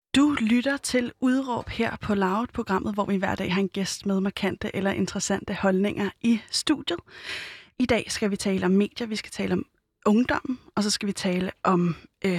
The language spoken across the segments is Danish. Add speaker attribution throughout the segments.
Speaker 1: Du lytter til Udråb her på Loud, programmet, hvor vi hver dag har en gæst med markante eller interessante holdninger i studiet. I dag skal vi tale om medier, vi skal tale om ungdommen, og så skal vi tale om,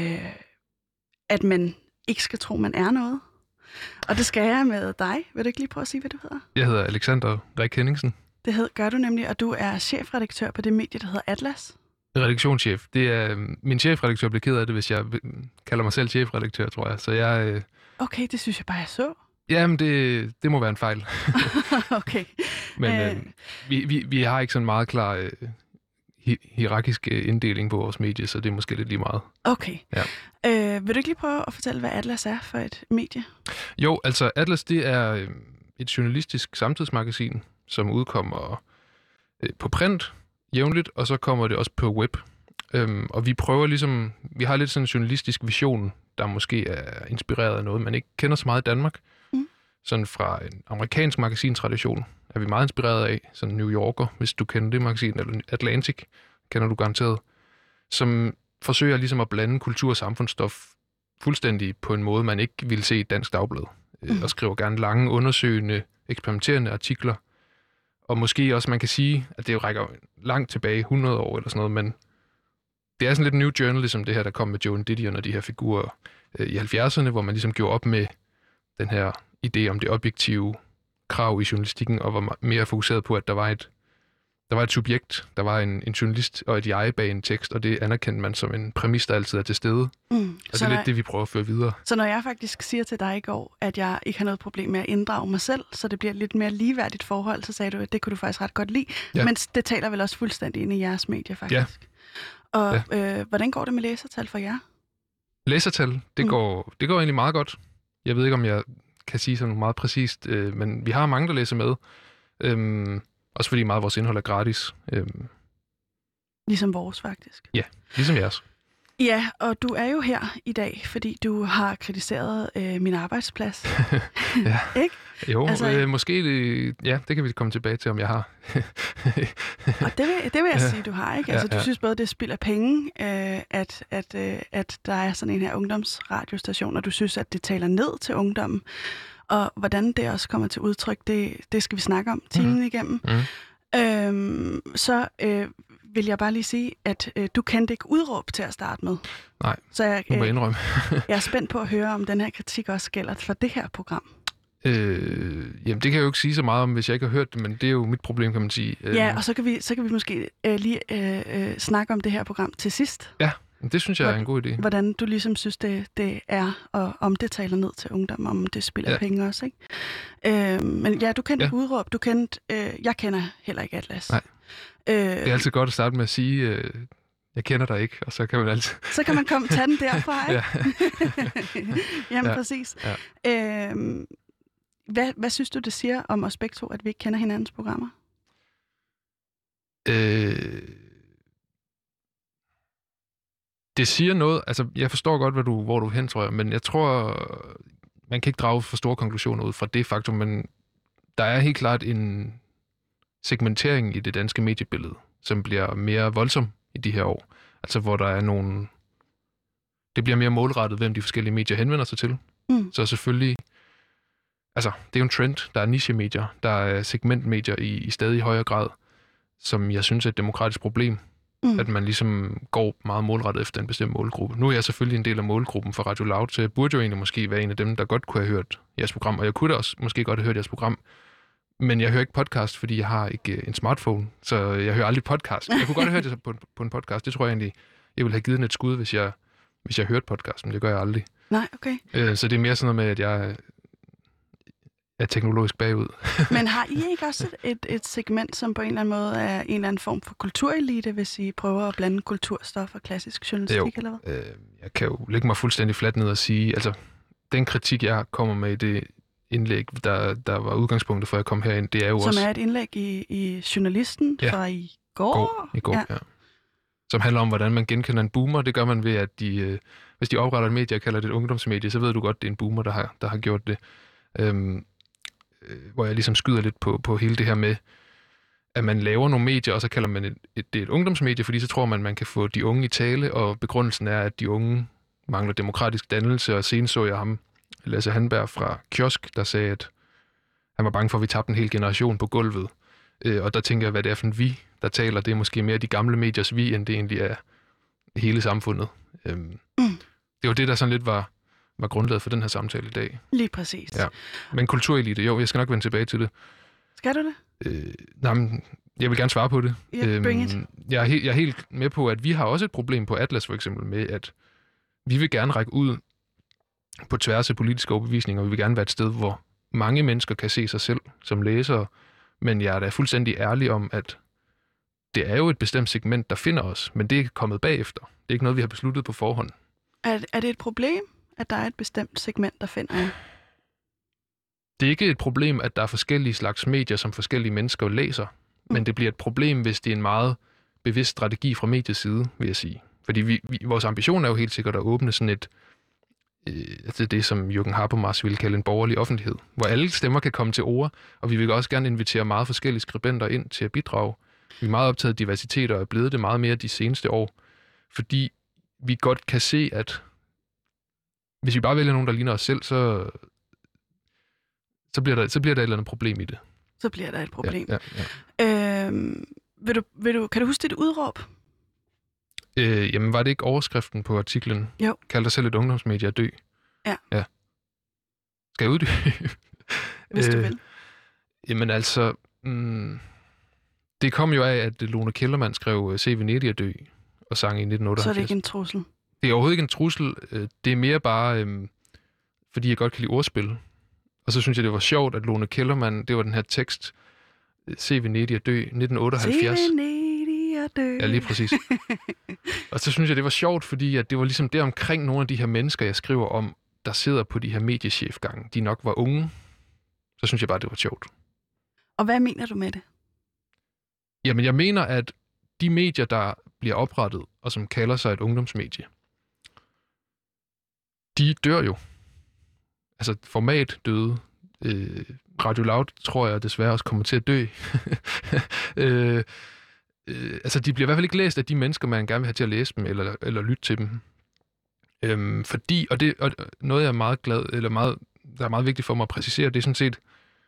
Speaker 1: at man ikke skal tro, man er noget. Og det skal jeg med dig. Vil du ikke lige prøve at sige, hvad du hedder?
Speaker 2: Jeg hedder Alexander Rik Henningsen.
Speaker 1: Det gør du nemlig, og du er chefredaktør på det medie, der hedder Atlas.
Speaker 2: Redaktionschef. Det er min chefredaktør bliver ked af det, hvis jeg kalder mig selv chefredaktør, tror jeg. Så jeg...
Speaker 1: Okay, det synes jeg bare, jeg så.
Speaker 2: Jamen, det må være en fejl.
Speaker 1: Okay.
Speaker 2: Men vi har ikke sådan meget klar hierarkisk inddeling på vores medie, så det er måske lidt lige meget.
Speaker 1: Okay.
Speaker 2: Ja.
Speaker 1: Vil du ikke lige prøve at fortælle, hvad Atlas er for et medie?
Speaker 2: Jo, altså Atlas, det er et journalistisk samtidsmagasin, som udkommer på print jævnligt, og så kommer det også på web. Og vi prøver ligesom, vi har lidt sådan en journalistisk vision, der måske er inspireret af noget, man ikke kender så meget i Danmark. Sådan fra en amerikansk magasintradition er vi meget inspireret af, sådan New Yorker, hvis du kender det magasin, eller Atlantic, kender du garanteret, som forsøger ligesom at blande kultur- og samfundsstof fuldstændig på en måde, man ikke ville se i et dansk dagblad. Og skriver gerne lange, undersøgende, eksperimenterende artikler. Og måske også, man kan sige, at det rækker langt tilbage, 100 år eller sådan noget, men det er sådan lidt new journalism, det her, der kom med Joan Didion og de her figurer i 70'erne, hvor man ligesom gjorde op med den her idé om det objektive krav i journalistikken, og var mere fokuseret på, at der var et subjekt, der var en journalist og et jeg bag en tekst, og det anerkendte man som en præmis, der altid er til stede. Og det er lidt det, vi prøver at føre videre.
Speaker 1: Så når jeg faktisk siger til dig i går, at jeg ikke har noget problem med at inddrage mig selv, så det bliver et lidt mere ligeværdigt forhold, så sagde du, at det kunne du faktisk ret godt lide. Ja. Men det taler vel også fuldstændig ind i jeres medie, faktisk. Ja. Og hvordan går det med læsertal for jer?
Speaker 2: Læsertal, det går egentlig meget godt. Jeg ved ikke, om jeg kan sige sådan meget præcist, men vi har mange, der læser med. Også fordi meget af vores indhold er gratis.
Speaker 1: Ligesom vores, faktisk.
Speaker 2: Ja, ligesom jeres.
Speaker 1: Ja, og du er jo her i dag, fordi du har kritiseret min arbejdsplads.
Speaker 2: Ja.
Speaker 1: Ikke?
Speaker 2: Jo, altså, måske det kan vi komme tilbage til, om jeg har.
Speaker 1: Og det vil jeg sige, du har, ikke? Altså, du synes både, det spilder penge, at der er sådan en her ungdomsradiostation, og du synes, at det taler ned til ungdommen. Og hvordan det også kommer til udtryk, det skal vi snakke om timen igennem. Så vil jeg bare lige sige, at du kendte ikke Udråb til at starte med.
Speaker 2: Nej,
Speaker 1: så jeg
Speaker 2: må indrømme.
Speaker 1: Jeg er spændt på at høre, om den her kritik også gælder for det her program.
Speaker 2: Jamen, det kan jeg jo ikke sige så meget om, hvis jeg ikke har hørt det, men det er jo mit problem, kan man sige.
Speaker 1: Ja, og så kan vi måske lige snakke om det her program til sidst.
Speaker 2: Ja, det synes jeg er en god idé.
Speaker 1: Hvordan du ligesom synes, det er, og om det taler ned til ungdom, om det spiller penge også, ikke? Men ja, du kendte Udråb, jeg kender heller ikke Atlas.
Speaker 2: Nej. Det er altid godt at starte med at sige, jeg kender dig ikke, og så kan man altid...
Speaker 1: Så kan man tage den derfra, ikke? Jamen, præcis.
Speaker 2: Ja.
Speaker 1: Hvad synes du, det siger om os begge to, at vi ikke kender hinandens programmer?
Speaker 2: Det siger noget, altså jeg forstår godt, hvor du er hen, tror jeg, men jeg tror, man kan ikke drage for store konklusioner ud fra det faktum, men der er helt klart en segmentering i det danske mediebillede, som bliver mere voldsom i de her år. Altså hvor der er nogle... Det bliver mere målrettet, hvem de forskellige medier henvender sig til. Så selvfølgelig... Altså, det er jo en trend. Der er niche-medier, der er segmentmedier i stadig højere grad, som jeg synes er et demokratisk problem. At man ligesom går meget målrettet efter en bestemt målgruppe. Nu er jeg selvfølgelig en del af målgruppen for Radio Loud, så jeg burde jo egentlig måske være en af dem, der godt kunne have hørt jeres program. Og jeg kunne da også måske godt have hørt jeres program. Men jeg hører ikke podcast, fordi jeg har ikke en smartphone, så jeg hører aldrig podcast. Jeg kunne godt have hørt det på en podcast. Det tror jeg egentlig, jeg ville have givet den et skud, hvis jeg hørte podcast, men det gør jeg aldrig.
Speaker 1: Nej, okay.
Speaker 2: Så det er mere sådan noget med, at jeg er teknologisk bagud.
Speaker 1: Men har I ikke også et segment, som på en eller anden måde er en eller anden form for kulturelite, hvis I prøver at blande kulturstof og klassisk journalistik, eller hvad?
Speaker 2: Jeg kan jo lægge mig fuldstændig fladt ned og sige, altså den kritik, jeg kommer med i det indlæg, der var udgangspunktet for, at jeg kom herind, det er jo
Speaker 1: som
Speaker 2: også...
Speaker 1: Som er et indlæg i Journalisten fra i går?
Speaker 2: I går, ja. Som handler om, hvordan man genkender en boomer. Det gør man ved, at hvis de opretter et medie og kalder det et ungdomsmedie, så ved du godt, det er en boomer, der har gjort det. Hvor jeg ligesom skyder lidt på hele det her med, at man laver nogle medier, og så kalder man det et ungdomsmedie, fordi så tror man kan få de unge i tale, og begrundelsen er, at de unge mangler demokratisk dannelse, og senest så jeg ham, Lasse Handberg fra Kiosk, der sagde, at han var bange for, at vi tabte en hel generation på gulvet. Og der tænker jeg, hvad det er for en vi, der taler. Det er måske mere de gamle mediers vi, end det egentlig er hele samfundet. Det var det, der sådan lidt var grundlaget for den her samtale i dag.
Speaker 1: Lige præcis.
Speaker 2: Ja. Men kulturelite, jo, jeg skal nok vende tilbage til det.
Speaker 1: Skal du det?
Speaker 2: Men jeg vil gerne svare på det.
Speaker 1: Bring it.
Speaker 2: Jeg er helt med på, at vi har også et problem på Atlas for eksempel med, at vi vil gerne række ud på tværs af politiske overbevisninger. Vi vil gerne være et sted, hvor mange mennesker kan se sig selv som læsere. Men jeg er da fuldstændig ærlig om, at det er jo et bestemt segment, der finder os. Men det er kommet bagefter. Det er ikke noget, vi har besluttet på forhånd.
Speaker 1: Er det et problem, at der er et bestemt segment, der finder jer?
Speaker 2: Det er ikke et problem, at der er forskellige slags medier, som forskellige mennesker læser. Men det bliver et problem, hvis det er en meget bevidst strategi fra mediets side, vil jeg sige. Fordi vores ambition er jo helt sikkert at åbne sådan et, altså det, som Jürgen Habermas ville kalde en borgerlig offentlighed, hvor alle stemmer kan komme til ord, og vi vil også gerne invitere meget forskellige skribenter ind til at bidrage. Vi er meget optaget af diversitet, og er blevet det meget mere de seneste år, fordi vi godt kan se, at hvis vi bare vælger nogen, der ligner os selv, så bliver der et eller andet problem i det.
Speaker 1: Så bliver der et problem.
Speaker 2: Ja.
Speaker 1: Kan du huske dit udråb?
Speaker 2: Jamen, var det ikke overskriften på artiklen?
Speaker 1: Jo.
Speaker 2: Kald dig selv et ungdomsmedie at dø.
Speaker 1: Ja.
Speaker 2: Skal jeg uddybe?
Speaker 1: Hvis du vil.
Speaker 2: Jamen altså, det kom jo af, at Lone Kellermann skrev Se Venedig at dø, og sang i 1978.
Speaker 1: Så er det ikke en trussel?
Speaker 2: Det er overhovedet ikke en trussel. Det er mere bare, fordi jeg godt kan lide ordspil. Og så synes jeg, det var sjovt, at Lone Kellermann, det var den her tekst, Se Venedig at dø, 1978.
Speaker 1: Se Venedig at dø.
Speaker 2: Ja, lige præcis. Og så synes jeg, det var sjovt, fordi at det var ligesom der omkring nogle af de her mennesker, jeg skriver om, der sidder på de her mediechefgange. De nok var unge. Så synes jeg bare, det var sjovt.
Speaker 1: Og hvad mener du med det?
Speaker 2: Jamen, jeg mener, at de medier, der bliver oprettet, og som kalder sig et ungdomsmedie, de dør jo. Altså, format døde. Radio Loud, tror jeg, desværre også kommer til at dø. Altså, de bliver i hvert fald ikke læst af de mennesker, man gerne vil have til at læse dem, eller lytte til dem. Fordi, og noget, jeg er meget glad, eller der er meget vigtigt for mig at præcisere, det er sådan set,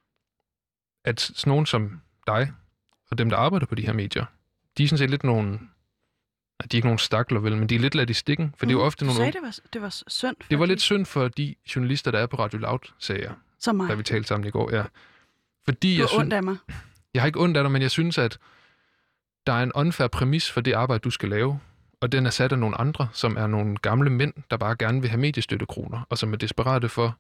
Speaker 2: at sådan nogen som dig, og dem, der arbejder på de her medier, de er sådan set lidt nogle, de er ikke nogen stakler, vel, men de er lidt ladt i stikken, for det er jo ofte nogle...
Speaker 1: Du sagde, det var synd for
Speaker 2: det var lidt synd for de journalister, der er på Radio Loud, sagde jeg.
Speaker 1: Som mig.
Speaker 2: Da vi talte sammen i går, ja. Fordi
Speaker 1: du har ondt af mig.
Speaker 2: Jeg har ikke ondt af dig, men jeg synes, at der er en unfair præmis for det arbejde, du skal lave, og den er sat af nogle andre, som er nogle gamle mænd, der bare gerne vil have mediestøttekroner, og som er desperate for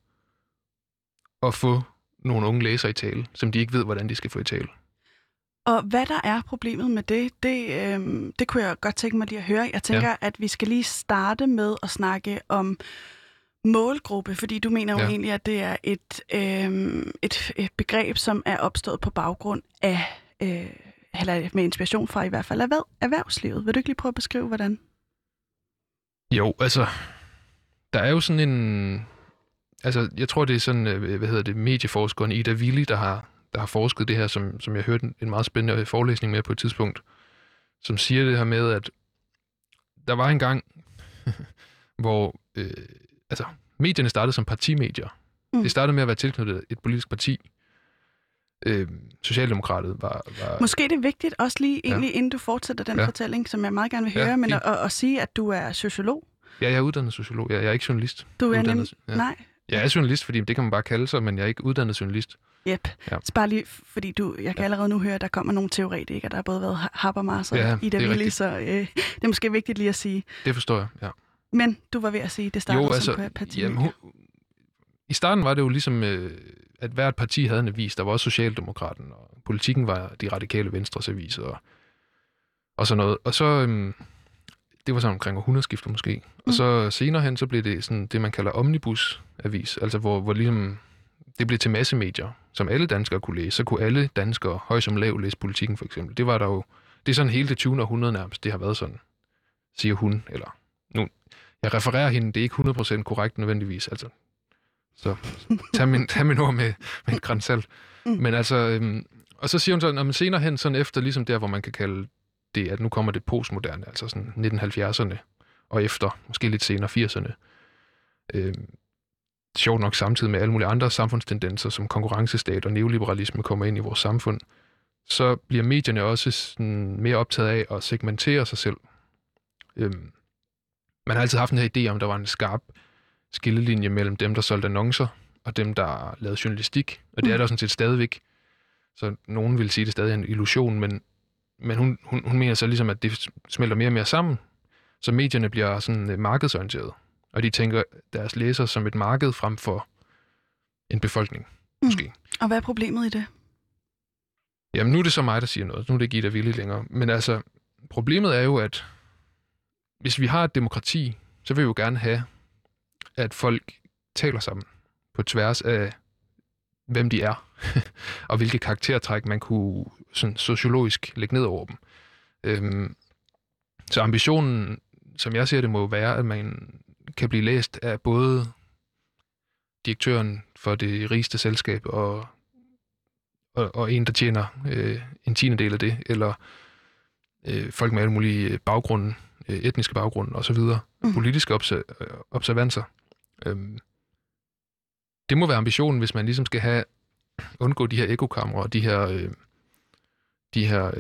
Speaker 2: at få nogle unge læsere i tale, som de ikke ved, hvordan de skal få i tale.
Speaker 1: Og hvad der er problemet med det kunne jeg godt tænke mig lige at høre. Jeg tænker, at vi skal lige starte med at snakke om målgruppe, fordi du mener jo egentlig, at det er et begreb, som er opstået på baggrund af, eller med inspiration fra i hvert fald erhvervslivet. Vil du ikke lige prøve at beskrive, hvordan? Jo,
Speaker 2: altså, der er jo sådan en... Altså, jeg tror, det er sådan, medieforskeren Ida Willi, der har forsket det her, som jeg hørte en meget spændende forelæsning med på et tidspunkt, som siger det her med, at der var en gang, hvor medierne startede som partimedier. Det startede med at være tilknyttet et politisk parti. Socialdemokratet var...
Speaker 1: Måske det er vigtigt også lige, egentlig, inden du fortsætter den fortælling, som jeg meget gerne vil høre, men at sige, at du er sociolog.
Speaker 2: Ja, jeg er uddannet sociolog. Jeg er ikke journalist.
Speaker 1: Du er uddannet, nej.
Speaker 2: Jeg er journalist, fordi det kan man bare kalde sig, men jeg er ikke uddannet journalist.
Speaker 1: Yep. Ja. Så bare lige, fordi jeg kan allerede nu høre, at der kommer nogle teoretikere, der har både været Habermas og Ida Willi, så det er måske vigtigt lige at sige.
Speaker 2: Det forstår jeg, ja.
Speaker 1: Men du var ved at sige, det startede som parti.
Speaker 2: I starten var det jo ligesom, at hvert parti havde en avis. Der var også Socialdemokraten, og Politikken var de radikale venstres avis, og sådan noget. Og så, det var sådan omkring århundredeskiftet måske. Og så senere hen, så blev det sådan det, man kalder omnibusavis, altså hvor ligesom det blev til massemedier, som alle danskere kunne læse. Så kunne alle danskere, høj som lav, læse Politikken for eksempel. Det var der jo, det er sådan hele det 20. århundrede nærmest, det har været sådan, siger hun, eller nu, jeg refererer hende, det er ikke 100% korrekt nødvendigvis, altså. Så tag min ord med en gran salt. Men altså, og så siger hun sådan, at senere hen, sådan efter ligesom der, hvor man kan kalde det, at nu kommer det postmoderne, altså sådan 1970'erne, og efter, måske lidt senere 80'erne, sjovt nok samtidig med alle mulige andre samfundstendenser, som konkurrencestat og neoliberalisme kommer ind i vores samfund, så bliver medierne også sådan mere optaget af at segmentere sig selv. Man har altid haft den her idé om, der var en skarp skillelinje mellem dem, der solgte annoncer, og dem, der lavede journalistik. Og det er der sådan set stadigvæk. Så nogen vil sige, at det stadig er en illusion, men hun mener så ligesom, at det smelter mere og mere sammen, så medierne bliver sådan markedsorienteret. Og de tænker deres læsere som et marked frem for en befolkning, måske.
Speaker 1: Og hvad er problemet i det?
Speaker 2: Jamen, nu er det så mig, der siger noget. Nu er det ikke Ida Willi længere. Men altså, problemet er jo, at hvis vi har et demokrati, så vil vi jo gerne have, at folk taler sammen på tværs af, hvem de er, og hvilke karaktertræk man kunne sådan sociologisk lægge ned over dem. Så ambitionen, som jeg ser det, må være, at man kan blive læst af både direktøren for det rigeste selskab og en, der tjener en tiendedel af det, eller folk med alle mulige baggrunde, etniske baggrunde osv., politiske observanser. Det må være ambitionen, hvis man ligesom skal undgå de her ekokamre og de her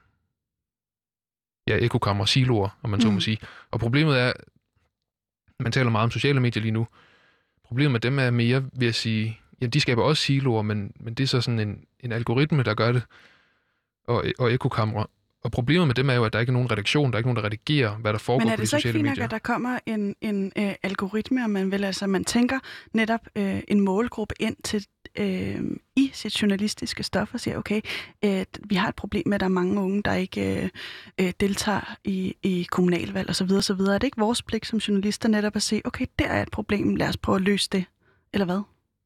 Speaker 2: ekokamre siloer, om man så må sige. Og problemet er, man taler meget om sociale medier lige nu. Problemet med dem er mere ved at sige, ja, de skaber også siloer, men det er så sådan en algoritme, der gør det, og ekokamre. Og problemet med dem er jo, at der ikke er nogen redaktion, der er ikke nogen, der redigerer, hvad der foregår på de sociale medier. Men er det så ikke fint, at der
Speaker 1: kommer en algoritme, og man tænker netop en målgruppe ind til i sit journalistiske stof og siger, okay, vi har et problem med, at der er mange unge, der ikke deltager i kommunalvalg osv. osv. Er det ikke vores pligt som journalister netop at sige, okay, der er et problem, lad os prøve at løse det, eller hvad?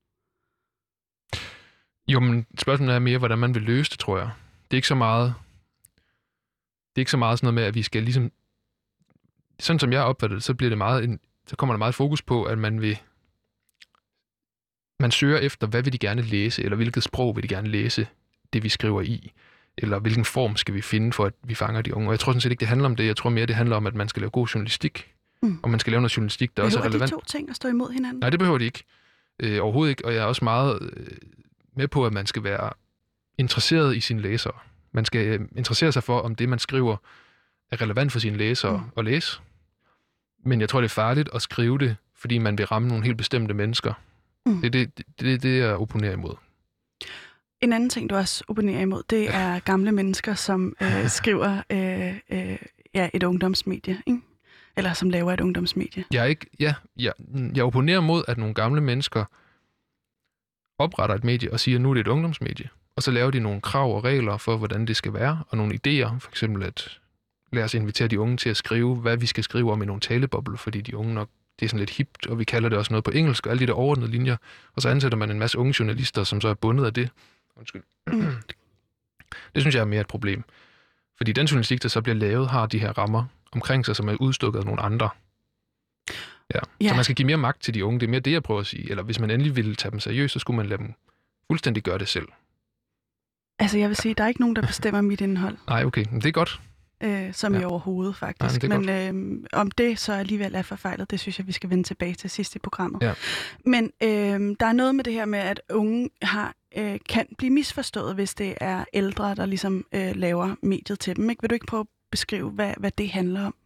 Speaker 2: Jo, men spørgsmålet er mere, hvordan man vil løse det, tror jeg. Det er ikke så meget sådan noget med, at vi skal ligesom... Sådan som jeg opfatter det, så bliver det så kommer der meget fokus på, at man søger efter, hvad vil de gerne læse, eller hvilket sprog vil de gerne læse, det vi skriver i, eller hvilken form skal vi finde, for at vi fanger de unge. Og jeg tror sådan set ikke, det handler om det. Jeg tror mere, det handler om, at man skal lave god journalistik, og man skal lave noget journalistik, der også er relevant.
Speaker 1: Behøver de to ting at stå imod hinanden?
Speaker 2: Nej, det behøver de ikke. Overhovedet ikke. Og jeg er også meget med på, at man skal være interesseret i sine læsere. Man skal interessere sig for, om det, man skriver, er relevant for sine læsere at læse. Men jeg tror, det er farligt at skrive det, fordi man vil ramme nogle helt bestemte mennesker. Det er det, jeg opponerer imod.
Speaker 1: En anden ting, du også opponerer imod, det er gamle mennesker, som skriver et ungdomsmedie, ikke? Eller som laver et ungdomsmedie.
Speaker 2: Jeg opponerer mod, at nogle gamle mennesker opretter et medie og siger, at nu er det et ungdomsmedie. Og så laver de nogle krav og regler for, hvordan det skal være, og nogle idéer. For eksempel at lad os invitere de unge til at skrive, hvad vi skal skrive om i nogle talebobler, fordi de unge nok, det er sådan lidt hipt, og vi kalder det også noget på engelsk, og alle de der overordnede linjer. Og så ansætter man en masse unge journalister, som så er bundet af det. Undskyld. Det synes jeg er mere et problem. Fordi den journalistik, der så bliver lavet, har de her rammer omkring sig, som er udstukket af nogle andre. Ja. Så man skal give mere magt til de unge. Det er mere det, jeg prøver at sige. Eller hvis man endelig ville tage dem seriøst, så skulle man lade dem fuldstændig gøre det selv.
Speaker 1: Altså, jeg vil sige, der er ikke nogen, der bestemmer mit indhold.
Speaker 2: Nej, okay. Men det er godt.
Speaker 1: I overhovedet, faktisk.
Speaker 2: Ja,
Speaker 1: men om det så alligevel er forfejlet, det synes jeg, vi skal vende tilbage til sidst i programmet.
Speaker 2: Ja.
Speaker 1: Men der er noget med det her med, at unge kan blive misforstået, hvis det er ældre, der ligesom laver mediet til dem. Ikke? Vil du ikke prøve at beskrive, hvad det handler om?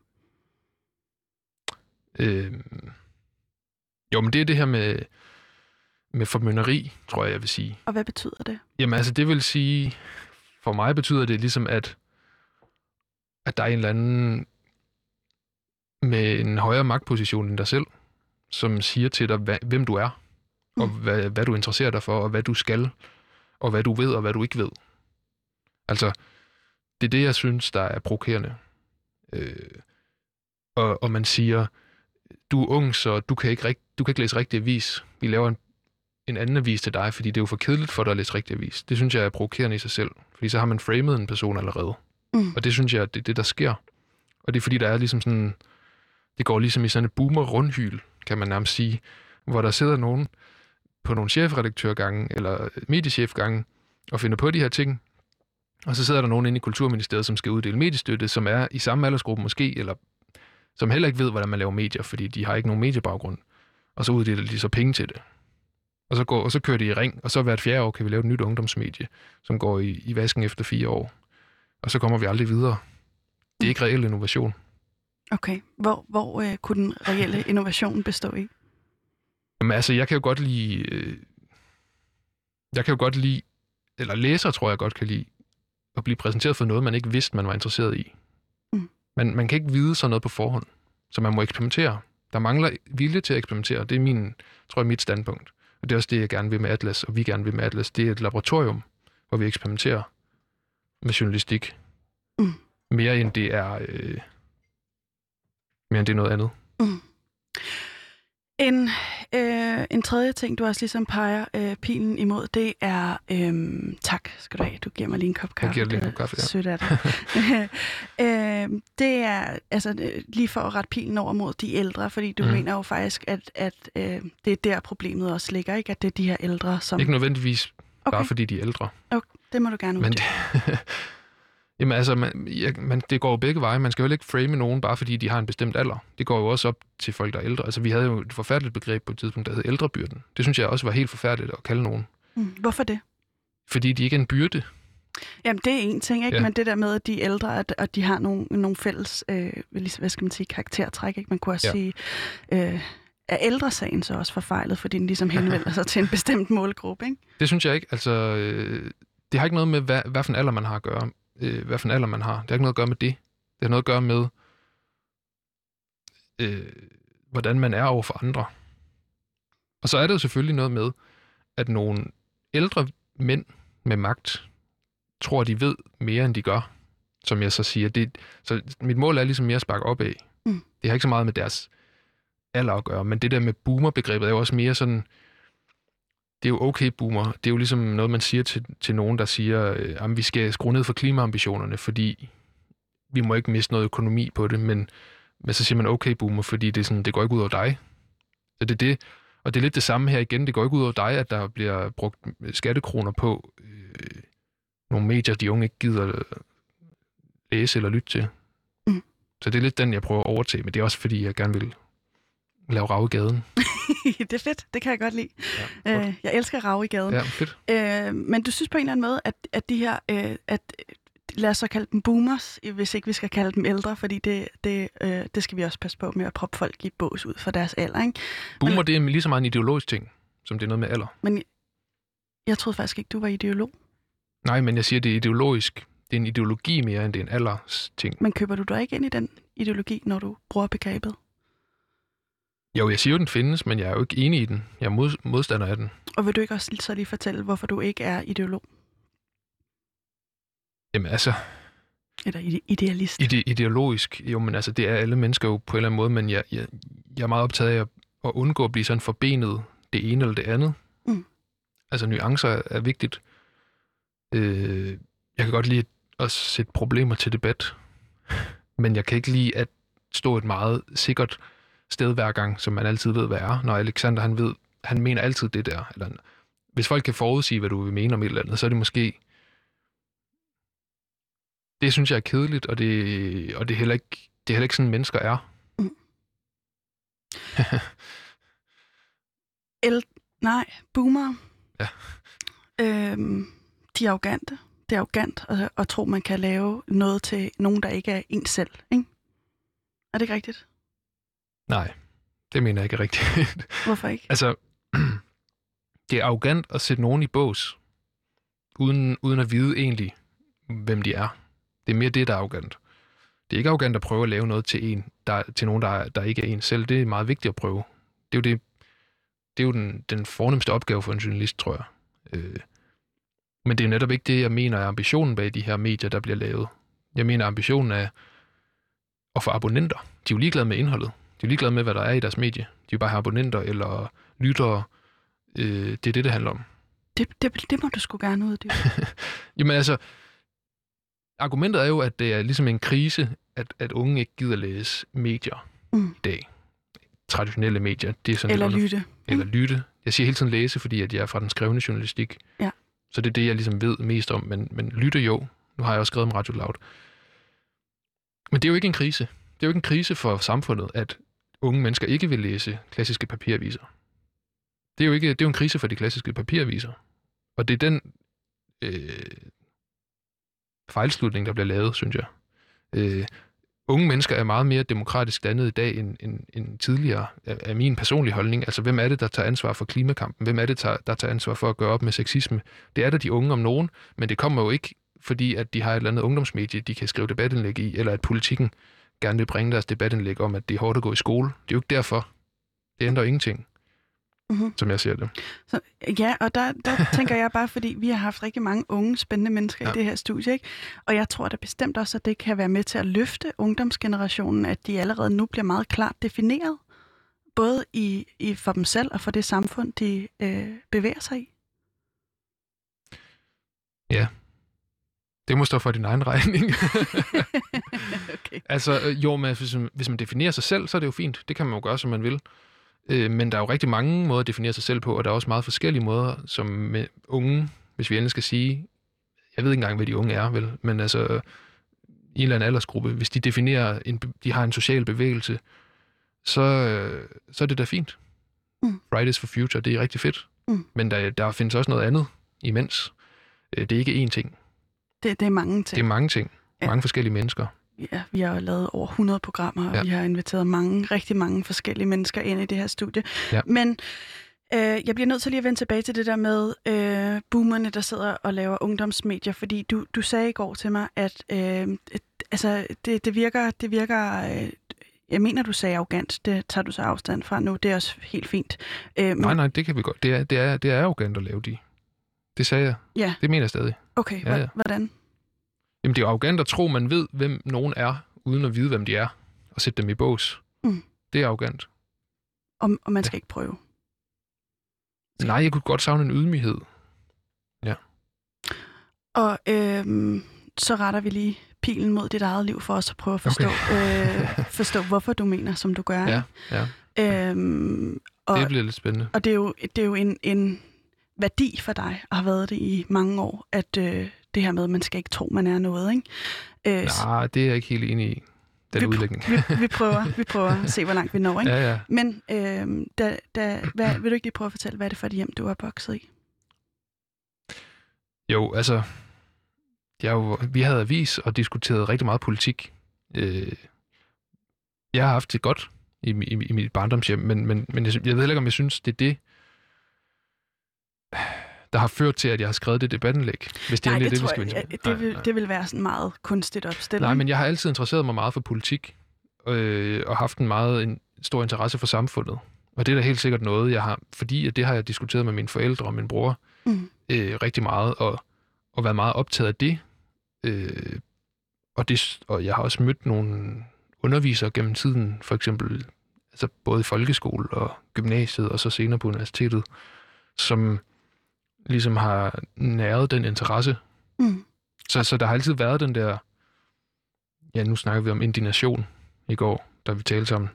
Speaker 2: Jo, men det er det her med formynderi, tror jeg vil sige.
Speaker 1: Og hvad betyder det?
Speaker 2: Jamen altså, det vil sige, for mig betyder det ligesom, at der er en eller anden med en højere magtposition end dig selv, som siger til dig, hvem du er, og hvad du interesserer dig for, og hvad du skal, og hvad du ved, og hvad du ikke ved. Altså, det er det, jeg synes, der er provokerende. Og man siger, du er ung, så du kan ikke læse rigtig avis. Vi laver en anden avis til dig, fordi det er jo for kedeligt for dig at læse rigtig avis. Det synes jeg er provokerende i sig selv, fordi så har man framet en person allerede. Og det synes jeg, det er det, der sker. Og det er fordi, der er ligesom sådan, det går ligesom i sådan et boomer-rundhyl, kan man nærmest sige, hvor der sidder nogen på nogle chefredaktørgange, eller mediechefgange, og finder på de her ting. Og så sidder der nogen inde i Kulturministeriet, som skal uddele mediestøtte, som er i samme aldersgruppe måske, eller som heller ikke ved, hvordan man laver medier, fordi de har ikke nogen mediebaggrund. Og så uddeler de så penge til det. Og så kører de i ring, og så hvert 4. år kan vi lave et nyt ungdomsmedie, som går i vasken efter 4 år. Og så kommer vi aldrig videre. Det er ikke reel innovation.
Speaker 1: Okay. Hvor kunne den reelle innovation bestå i?
Speaker 2: Jamen altså, jeg kan jo godt lide, eller læsere tror jeg godt kan lide, at blive præsenteret for noget, man ikke vidste, man var interesseret i. Man kan ikke vide sådan noget på forhånd, så man må eksperimentere. Der mangler vilje til at eksperimentere. Det er mit standpunkt. Og det er også det, jeg gerne vil med Atlas, og vi gerne vil med Atlas. Det er et laboratorium, hvor vi eksperimenterer med journalistik. Mere end det er noget andet.
Speaker 1: En tredje ting, du også ligesom peger pilen imod, det er... tak skal du have. Du giver mig lige en kop kaffe.
Speaker 2: Jeg giver dig lige en kop kaffe, ja.
Speaker 1: Sødt af dig. Det er altså lige for at rette pilen over mod de ældre, fordi du mener jo faktisk, at det er der problemet også ligger, ikke? At det er de her ældre, som...
Speaker 2: Ikke nødvendigvis bare fordi de er ældre.
Speaker 1: Okay, det må du gerne uddybe.
Speaker 2: Jamen altså, det går jo begge veje. Man skal jo ikke frame nogen, bare fordi de har en bestemt alder. Det går jo også op til folk, der er ældre. Altså, vi havde jo et forfærdeligt begreb på et tidspunkt, der hed ældrebyrden. Det synes jeg også var helt forfærdeligt at kalde nogen.
Speaker 1: Hvorfor det?
Speaker 2: Fordi de ikke er en byrde.
Speaker 1: Jamen, det er en ting, ikke? Ja. Men det der med, at de er ældre, at de har nogle fælles, hvad skal man sige, karaktertræk, ikke? Man kunne også sige, er ældresagen så også forfejlet, fordi den ligesom henvender sig til en bestemt målgruppe, ikke?
Speaker 2: Det synes jeg ikke. Altså, det har ikke noget med, hvad for en alder man har at gøre. Hvad for en alder man har. Det har ikke noget at gøre med det. Det har noget at gøre med, hvordan man er over for andre. Og så er det jo selvfølgelig noget med, at nogle ældre mænd med magt tror, de ved mere, end de gør, som jeg så siger. Så mit mål er ligesom mere at sparke op af. Det har ikke så meget med deres alder at gøre, men det der med boomer-begrebet er jo også mere sådan, det er jo okay boomer. Det er jo ligesom noget, man siger til nogen, der siger, at vi skal skrue ned for klimaambitionerne, fordi vi må ikke miste noget økonomi på det, men så siger man okay boomer, fordi det, er sådan, det går ikke ud over dig. Så det er det. Og det er lidt det samme her igen. Det går ikke ud over dig, at der bliver brugt skattekroner på nogle medier, de unge ikke gider læse eller lytte til. Så det er lidt den, jeg prøver at overtage, men det er også fordi, jeg gerne vil lave rav i gaden.
Speaker 1: Det er fedt, det kan jeg godt lide. Ja, jeg elsker rav i gaden.
Speaker 2: Ja, fedt.
Speaker 1: Men du synes på en eller anden måde, at de her, lad os så kalde dem boomers, hvis ikke vi skal kalde dem ældre, fordi det skal vi også passe på med at proppe folk i bås ud for deres alder, ikke?
Speaker 2: Boomer, det er lige så meget en ideologisk ting, som det er noget med alder.
Speaker 1: Men jeg troede faktisk ikke, du var ideolog.
Speaker 2: Nej, men jeg siger, det er ideologisk. Det er en ideologi mere, end det er en alders ting.
Speaker 1: Men køber du dig ikke ind i den ideologi, når du bruger begrebet?
Speaker 2: Jo, jeg siger jo, den findes, men jeg er jo ikke enig i den. Jeg er modstander af den.
Speaker 1: Og vil du ikke også så lige fortælle, hvorfor du ikke er ideolog?
Speaker 2: Jamen altså...
Speaker 1: Eller idealist?
Speaker 2: Ideologisk. Jo, men altså, det er alle mennesker jo på en eller anden måde, men jeg er meget optaget af at undgå at blive sådan forbenet det ene eller det andet. Altså, nuancer er vigtigt. Jeg kan godt lide at sætte problemer til debat, men jeg kan ikke lide at stå et meget sikkert sted hver gang, som man altid ved, hvad er. Når Alexander, han mener altid det der. Eller, hvis folk kan forudsige, hvad du vil mene om et eller andet, så er det måske... Det synes jeg er kedeligt, og det er heller ikke sådan, mennesker er.
Speaker 1: Boomer.
Speaker 2: Ja.
Speaker 1: De er arrogante. Det er arrogant at tro, man kan lave noget til nogen, der ikke er en selv, ikke? Er det ikke rigtigt?
Speaker 2: Nej, det mener jeg ikke rigtigt.
Speaker 1: Hvorfor ikke?
Speaker 2: Altså, det er arrogant at sætte nogen i bås, uden at vide egentlig, hvem de er. Det er mere det, der er arrogant. Det er ikke arrogant at prøve at lave noget til nogen, der ikke er en selv. Det er meget vigtigt at prøve. Det er jo den fornemste opgave for en journalist, tror jeg. Men det er netop ikke det, jeg mener er ambitionen bag de her medier, der bliver lavet. Jeg mener, ambitionen er at få abonnenter. De er jo ligeglade med indholdet. De er ligeglade med, hvad der er i deres medie. De vil bare have abonnenter eller lyttere. Det er det handler om.
Speaker 1: Det må du sgu gerne uddybe.
Speaker 2: Jamen altså, argumentet er jo, at det er ligesom en krise, at unge ikke gider læse medier i dag. Traditionelle medier. Det er sådan eller lytte. Jeg siger hele tiden læse, fordi at jeg er fra den skrevne journalistik.
Speaker 1: Ja.
Speaker 2: Så det er det, jeg ligesom ved mest om. Men lytte jo. Nu har jeg også skrevet om Radio Loud. Men det er jo ikke en krise. Det er jo ikke en krise for samfundet, at unge mennesker ikke vil læse klassiske papiraviser. Det er jo en krise for de klassiske papiraviser. Og det er den fejlslutning, der bliver lavet, synes jeg. Unge mennesker er meget mere demokratisk dannet i dag end tidligere, af min personlige holdning. Altså, hvem er det, der tager ansvar for klimakampen? Hvem er det, der tager ansvar for at gøre op med sexisme? Det er da de unge om nogen, men det kommer jo ikke, fordi at de har et eller andet ungdomsmedie, de kan skrive debatindlæg i, eller at politikken gerne vil bringe deres debatindlæg om, at det er hårdt at gå i skole. Det er jo ikke derfor. Det ændrer ingenting. Som jeg ser det.
Speaker 1: Så, ja, og der tænker jeg bare, fordi vi har haft rigtig mange unge, spændende mennesker i det her studie, ikke? Og jeg tror da bestemt også, at det kan være med til at løfte ungdomsgenerationen, at de allerede nu bliver meget klart defineret, både for dem selv og for det samfund, de bevæger sig i. Ja.
Speaker 2: Det må stå for din egen regning.
Speaker 1: Okay.
Speaker 2: Altså, jo, men hvis man definerer sig selv, så er det jo fint. Det kan man jo gøre, som man vil. Men der er jo rigtig mange måder at definere sig selv på, og der er også meget forskellige måder, som med unge, hvis vi endelig skal sige, jeg ved ikke engang, hvad de unge er, vel, men altså i en eller anden aldersgruppe, hvis de definerer, de har en social bevægelse, så er det da fint. Fridays for Future, det er rigtig fedt. Men der findes også noget andet imens. Det er ikke én ting.
Speaker 1: Det er mange ting.
Speaker 2: Det er mange ting. Ja. Mange forskellige mennesker.
Speaker 1: Ja, vi har lavet over 100 programmer, og vi har inviteret rigtig mange forskellige mennesker ind i det her studie. Ja. Men jeg bliver nødt til lige at vende tilbage til det der med boomerne, der sidder og laver ungdomsmedier, fordi du sagde i går til mig, at altså, det virker jeg mener, du sagde arrogant. Det tager du så afstand fra nu. Det er også helt fint.
Speaker 2: Nej, det kan vi godt. Det er arrogant at lave de. Det sagde jeg. Ja. Det mener jeg stadig.
Speaker 1: Okay, hvordan?
Speaker 2: Jamen, det er jo arrogant at tro, man ved, hvem nogen er, uden at vide, hvem de er, og sætte dem i bås. Det er arrogant.
Speaker 1: Og man skal ikke prøve?
Speaker 2: Nej, jeg kunne godt savne en ydmyghed. Ja.
Speaker 1: Og så retter vi lige pilen mod dit eget liv for os at prøve at forstå hvorfor du mener, som du gør.
Speaker 2: Ja. Det bliver lidt spændende.
Speaker 1: Og det er jo en værdi for dig, og har været det i mange år, at det her med, at man skal ikke tro, man er noget, ikke?
Speaker 2: Nej, det er jeg ikke helt enig i, den udlægning.
Speaker 1: Vi prøver at se, hvor langt vi når, ikke?
Speaker 2: Ja.
Speaker 1: Men vil du ikke lige prøve at fortælle, hvad er det for et hjem, du er vokset i?
Speaker 2: Jo, altså, vi havde avis og diskuteret rigtig meget politik. Jeg har haft det godt i mit barndomshjem, men jeg ved heller ikke, om jeg synes, det er det, der har ført til, at jeg har skrevet det debatindlæg. Hvis det er det, vi skal
Speaker 1: det vil være sådan meget kunstigt opstillet.
Speaker 2: Nej, men jeg har altid interesseret mig meget for politik, og haft en stor interesse for samfundet. Og det er da helt sikkert noget, jeg har, fordi at det har jeg diskuteret med mine forældre og min bror rigtig meget, og været meget optaget af det. Og jeg har også mødt nogle undervisere gennem tiden, for eksempel altså både i folkeskole og gymnasiet, og så senere på universitetet, som ligesom har næret den interesse. Så der har altid været den der, ja, nu snakker vi om indignation i går, da vi talte sammen,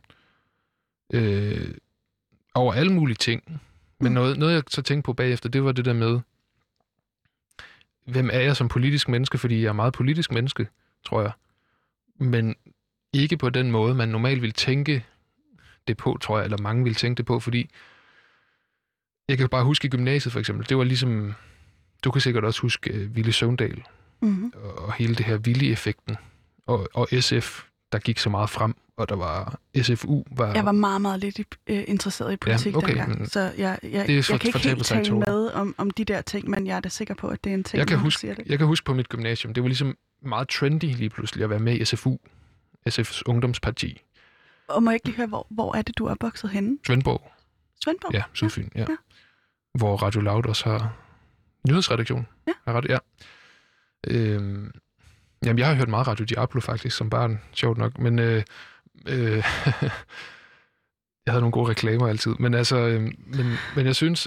Speaker 2: over alle mulige ting. Men noget jeg så tænkte på bagefter, det var det der med, hvem er jeg som politisk menneske, fordi jeg er meget politisk menneske, tror jeg. Men ikke på den måde, man normalt vil tænke det på, tror jeg, eller mange vil tænke det på, fordi jeg kan bare huske i gymnasiet for eksempel, det var ligesom, du kan sikkert også huske Villy Søvndal, og hele det her Villy-effekten, og SF, der gik så meget frem, og der var SFU.
Speaker 1: Jeg var meget, meget lidt interesseret i politik dengang, så jeg kan ikke helt tale med om de der ting, men jeg er da sikker på, at det er en ting,
Speaker 2: jeg kan huske på mit gymnasium, det var ligesom meget trendy lige pludselig at være med i SFU, SF's ungdomsparti.
Speaker 1: Og må jeg ikke lige høre, hvor er det, du er opvokset henne?
Speaker 2: Svendborg?
Speaker 1: Ja,
Speaker 2: Sydfyn, ja. Hvor Radio Loud også har nyhedsredaktion. Ja. Jamen, jeg har hørt meget Radio Diablo faktisk som barn, sjovt nok, men jeg havde nogle gode reklamer altid, men altså, men jeg synes,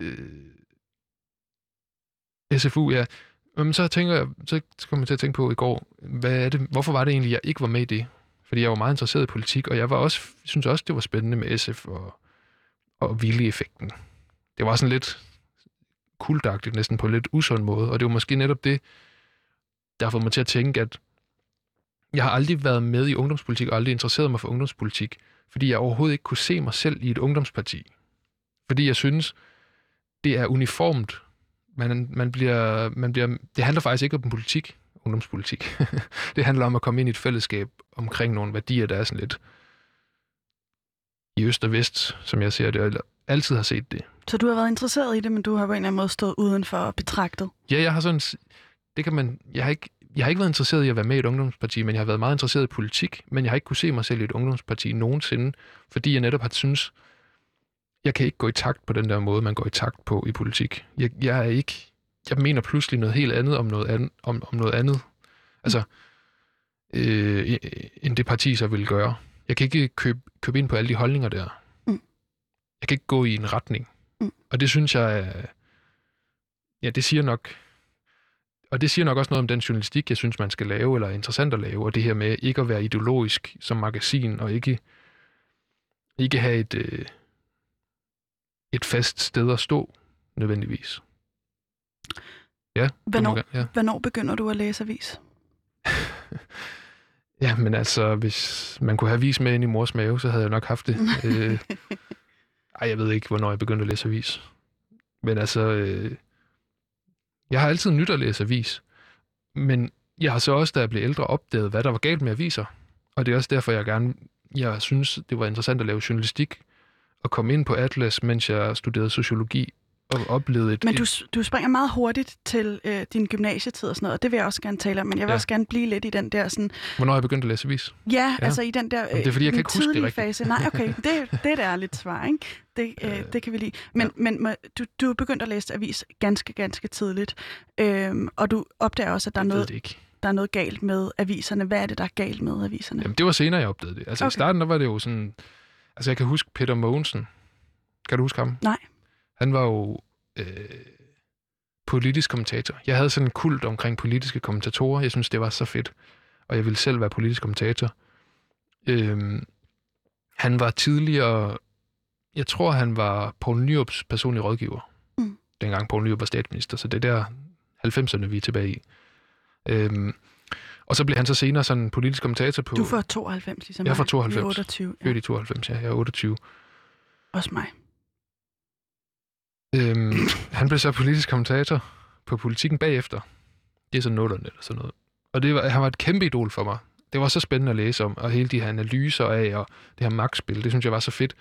Speaker 2: SFU, ja, men så kom jeg til at tænke på i går, hvorfor var det egentlig, jeg ikke var med i det? Fordi jeg var meget interesseret i politik, og jeg synes også, det var spændende med SF og Villy-effekten. Det var sådan lidt kultagtigt, næsten på en lidt usund måde, og det var måske netop det, der har fået mig til at tænke, at jeg har aldrig været med i ungdomspolitik, og aldrig interesseret mig for ungdomspolitik, fordi jeg overhovedet ikke kunne se mig selv i et ungdomsparti. Fordi jeg synes, det er uniformt. Man bliver, det handler faktisk ikke om politik, ungdomspolitik. Det handler om at komme ind i et fællesskab omkring nogle værdier, der er sådan lidt i øst og vest, som jeg ser det, eller altid har set det.
Speaker 1: Så du har været interesseret i det, men du har på en eller anden måde stået udenfor og betragtet?
Speaker 2: Ja, jeg har sådan... Jeg har ikke været interesseret i at være med i et ungdomsparti, men jeg har været meget interesseret i politik, men jeg har ikke kunne se mig selv i et ungdomsparti nogensinde, fordi jeg netop har synes, jeg kan ikke gå i takt på den der måde, man går i takt på i politik. Jeg mener pludselig noget helt andet om noget andet. Altså, end det parti så vil gøre. Jeg kan ikke købe ind på alle de holdninger der. Jeg kan ikke gå i en retning. Og det synes jeg, det siger nok. Og det siger nok også noget om den journalistik, jeg synes, man skal lave, eller er interessant at lave, og det her med ikke at være ideologisk som magasin, og ikke have et fast sted at stå, nødvendigvis. Ja.
Speaker 1: Hvornår begynder du at læse avis?
Speaker 2: Ja, men altså, hvis man kunne have avis med ind i mors mave, så havde jeg nok haft det. Jeg ved ikke, hvornår jeg begyndte at læse avis. Men altså, jeg har altid nyt at læse avis. Men jeg har så også, da jeg blev ældre, opdaget, hvad der var galt med aviser. Og det er også derfor, jeg synes, det var interessant at lave journalistik og komme ind på Atlas, mens jeg studerede sociologi og oplevede et...
Speaker 1: Men du springer meget hurtigt til din gymnasietid og sådan noget, og det vil jeg også gerne tale om, men jeg vil også gerne blive lidt i den der sådan...
Speaker 2: Hvornår jeg begyndte at læse avis?
Speaker 1: Ja, altså i den der
Speaker 2: det er, fordi jeg kan ikke huske det rigtigt.
Speaker 1: Fase. Nej, okay, det er et ærligt svar, ikke? Det kan vi lide. Men du begyndte at læse avis ganske tidligt, og du opdager også, at der er noget galt med aviserne. Hvad er det, der er galt med aviserne?
Speaker 2: Jamen, det var senere, jeg opdagede det. Altså i starten, der var det jo sådan... Altså jeg kan huske Peter Mogensen. Kan du huske ham?
Speaker 1: Nej.
Speaker 2: Han var jo politisk kommentator. Jeg havde sådan en kult omkring politiske kommentatorer. Jeg synes, det var så fedt. Og jeg ville selv være politisk kommentator. Han var tidligere... Jeg tror, han var Poul Nyrups personlige rådgiver. Dengang Poul Nyrup var statsminister. Så det er der 90'erne, vi er tilbage i. Og så blev han så senere sådan en politisk kommentator på...
Speaker 1: Du er fra 92, ligesom mig.
Speaker 2: Jeg er fra 92.
Speaker 1: 28.
Speaker 2: Ja. Født i 92, ja. Jeg er 28.
Speaker 1: Også mig.
Speaker 2: Han blev så politisk kommentator på Politikken bagefter. Det er så 0'erne eller sådan noget. Og han var et kæmpe idol for mig. Det var så spændende at læse om, og hele de her analyser af, og det her magtspil, det synes jeg var så fedt.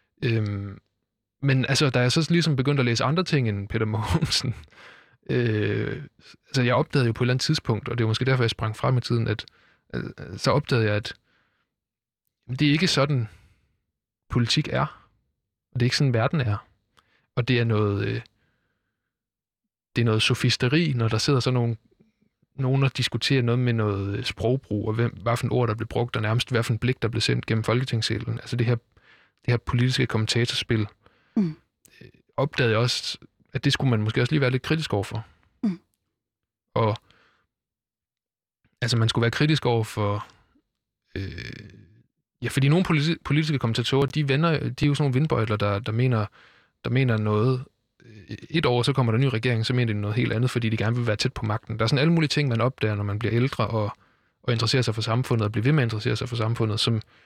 Speaker 2: Men altså, da jeg så ligesom begyndte at læse andre ting end Peter Mogensen, altså jeg opdagede jo på et eller andet tidspunkt, og det var måske derfor, jeg sprang frem i tiden, at så opdagede jeg, at det er ikke sådan, politik er. Og det er ikke sådan, verden er. Og det er noget sofisteri, når der sidder sådan nogen og diskuterer noget med noget sprogbrug, og hvad for en ord, der blev brugt, og nærmest hvad for en blik, der blev sendt gennem Folketingssalen. Altså det her politiske kommentatorspil, opdagede jeg også, at det skulle man måske også lige være lidt kritisk overfor. Og altså man skulle være kritisk overfor... fordi nogle politiske kommentatorer, de er jo sådan nogle vindbøjler, der mener noget. Et år, så kommer der en ny regering, så mener de noget helt andet, fordi de gerne vil være tæt på magten. Der er sådan alle mulige ting, man opdager, når man bliver ældre og interesserer sig for samfundet, og bliver ved med at interessere sig for samfundet,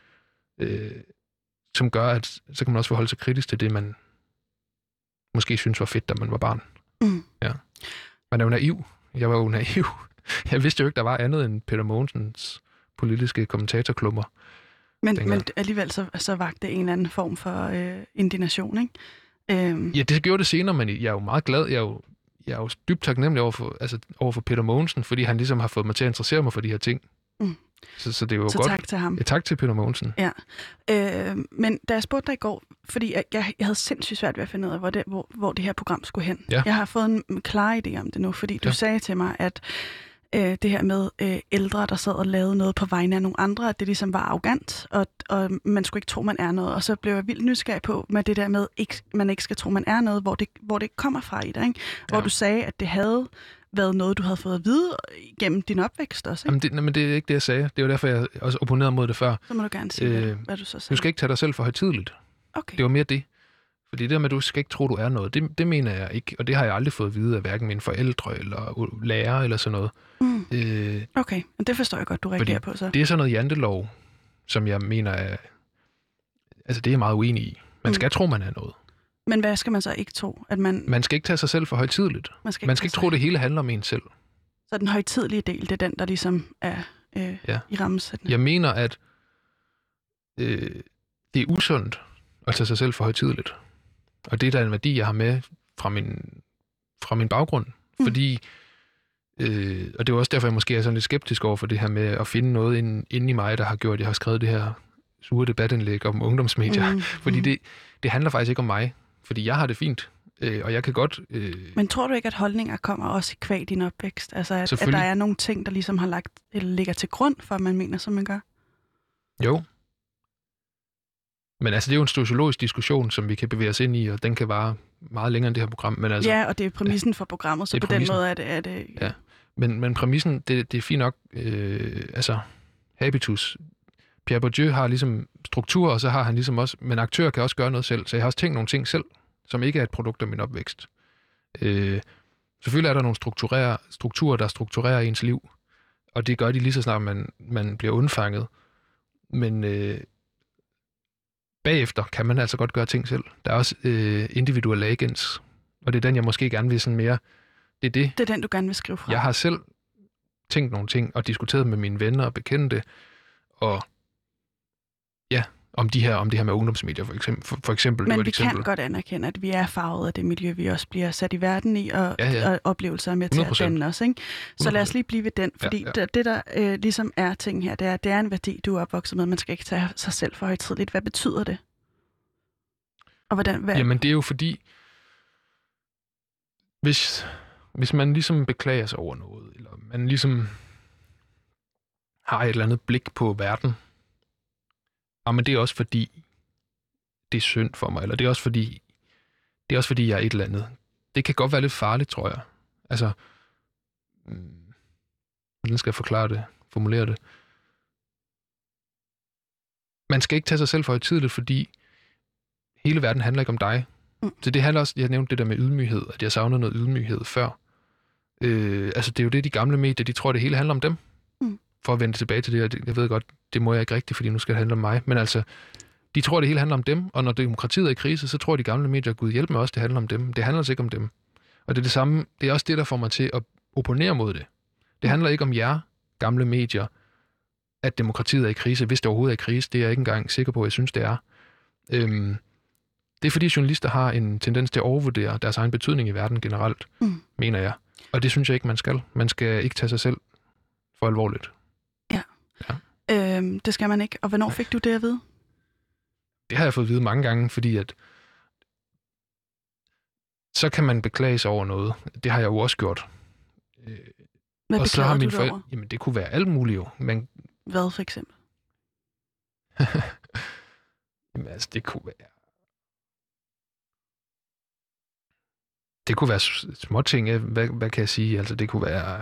Speaker 2: som gør, at så kan man også forholde sig kritisk til det, man måske synes var fedt, da man var barn. Ja. Man er jo naiv. Jeg var jo naiv. Jeg vidste jo ikke, der var andet end Peter Mogensens politiske kommentatorklummer.
Speaker 1: Men alligevel så vagte en eller anden form for indignation, ikke?
Speaker 2: Ja, det gjorde det senere, men jeg er jo meget glad. Jeg er jo dybt taknemmelig over for Peter Mogensen, fordi han ligesom har fået mig til at interessere mig for de her ting. Så det er jo
Speaker 1: så
Speaker 2: godt.
Speaker 1: Tak til ham.
Speaker 2: Ja, tak til Peter Mogensen.
Speaker 1: Ja. Men da jeg spurgte dig i går, fordi jeg havde sindssygt svært ved at finde ud af, hvor det her program skulle hen. Ja. Jeg har fået en klar idé om det nu, fordi du sagde til mig, at det her med ældre, der sad og lavede noget på vegne af nogle andre, at det ligesom var arrogant, og man skulle ikke tro, man er noget. Og så blev jeg vildt nysgerrig på med det der med, man ikke skal tro, man er noget, hvor det kommer fra i dig, ikke? Hvor du sagde, at det havde været noget, du havde fået at vide gennem din opvækst også, ikke?
Speaker 2: Jamen det er ikke det, jeg sagde. Det var derfor, jeg også opponerede mod det før.
Speaker 1: Så må du gerne sige, hvad du så sagde.
Speaker 2: Du skal ikke tage dig selv for højtideligt.
Speaker 1: Okay.
Speaker 2: Det var mere det. Fordi det der med, at du skal ikke tro, du er noget, det mener jeg ikke. Og det har jeg aldrig fået at vide af hverken mine forældre eller lærere eller sådan noget.
Speaker 1: Okay, og det forstår jeg godt, du reagerer på så.
Speaker 2: Det er sådan noget jantelov, som jeg mener er... Altså, det er jeg meget uenig i. Man skal tro, man er noget.
Speaker 1: Men hvad skal man så ikke tro? At man
Speaker 2: skal ikke tage sig selv for højtideligt. Man skal ikke tro, det hele handler om en selv.
Speaker 1: Så den højtidelige del, det er den, der ligesom er i rammesætning? Jeg
Speaker 2: mener, at det er usundt at tage sig selv for højtideligt. Og det er der en værdi, jeg har med fra min baggrund. Fordi, og det er også derfor, jeg måske er sådan lidt skeptisk over for det her med at finde noget inde i mig, der har gjort, at jeg har skrevet det her sure debatindlæg om ungdomsmedier. Fordi det handler faktisk ikke om mig. Fordi jeg har det fint, og jeg kan godt...
Speaker 1: Men tror du ikke, at holdninger kommer også i kvæg din opvækst? Altså, at der er nogle ting, der ligesom har ligger til grund for, at man mener, som man gør?
Speaker 2: Jo. Men altså, det er jo en sociologisk diskussion, som vi kan bevæge os ind i, og den kan vare meget længere end det her program. Men altså,
Speaker 1: ja, og det er præmissen for programmet, så på den måde er det...
Speaker 2: Ja, men præmissen, det er fint nok... altså, habitus... Pierre Bourdieu har ligesom struktur, og så har han ligesom også... Men aktører kan også gøre noget selv, så jeg har også tænkt nogle ting selv, som ikke er et produkt af min opvækst. Selvfølgelig er der nogle strukturer, der strukturerer ens liv, og det gør de lige så snart, man bliver undfanget. Men bagefter kan man altså godt gøre ting selv. Der er også individual agens, og det er den, jeg måske gerne vil sådan mere... Det er
Speaker 1: den, du gerne vil skrive fra.
Speaker 2: Jeg har selv tænkt nogle ting, og diskuteret med mine venner og bekendte, og ja, om det her med ungdomsmedier, for eksempel.
Speaker 1: Men vi kan godt anerkende, at vi er farvet af det miljø, vi også bliver sat i verden i, og oplevelser er med til 100%. At danne os. Ikke? Så lad os lige blive ved den, fordi det der ligesom er ting her, det er en værdi, du er opvokset med. Man skal ikke tage sig selv for højtideligt. Hvad betyder det? Og hvordan?
Speaker 2: Jamen, det er jo fordi, hvis man ligesom beklager sig over noget, eller man ligesom har et eller andet blik på verden, men det er også fordi, det er synd for mig, eller det er også fordi, jeg er et eller andet. Det kan godt være lidt farligt, tror jeg. Altså, hvordan skal jeg formulere det? Man skal ikke tage sig selv for højtideligt, fordi hele verden handler ikke om dig. Så det handler også, jeg nævnte det der med ydmyghed, at jeg savner noget ydmyghed før. Altså, det er jo det, de gamle medier, de tror, det hele handler om dem. For at vende tilbage til det, jeg ved godt, det må jeg ikke rigtigt, fordi nu skal det handle om mig. Men altså, de tror, det hele handler om dem, og når demokratiet er i krise, så tror de gamle medier, Gud hjælp med os, det handler om dem. Det handler altså ikke om dem. Og det er det samme, det er også det, der får mig til at opponere mod det. Det handler ikke om jer, gamle medier, at demokratiet er i krise, hvis det overhovedet er i krise. Det er jeg ikke engang sikker på, at jeg synes, det er. Det er fordi journalister har en tendens til at overvurdere deres egen betydning i verden generelt, mener jeg. Og det synes jeg ikke, man skal. Man skal ikke tage sig selv for alvorligt.
Speaker 1: Det skal man ikke. Og hvornår fik du det at vide?
Speaker 2: Det har jeg fået at vide mange gange, fordi at så kan man beklage sig over noget. Det har jeg jo også gjort.
Speaker 1: Hvad
Speaker 2: og så har mine
Speaker 1: forældre...
Speaker 2: Jamen, det kunne være alt muligt jo. Men...
Speaker 1: Hvad for eksempel?
Speaker 2: Jamen, altså, det kunne være... Det kunne være små ting. Hvad kan jeg sige? Altså, det kunne være...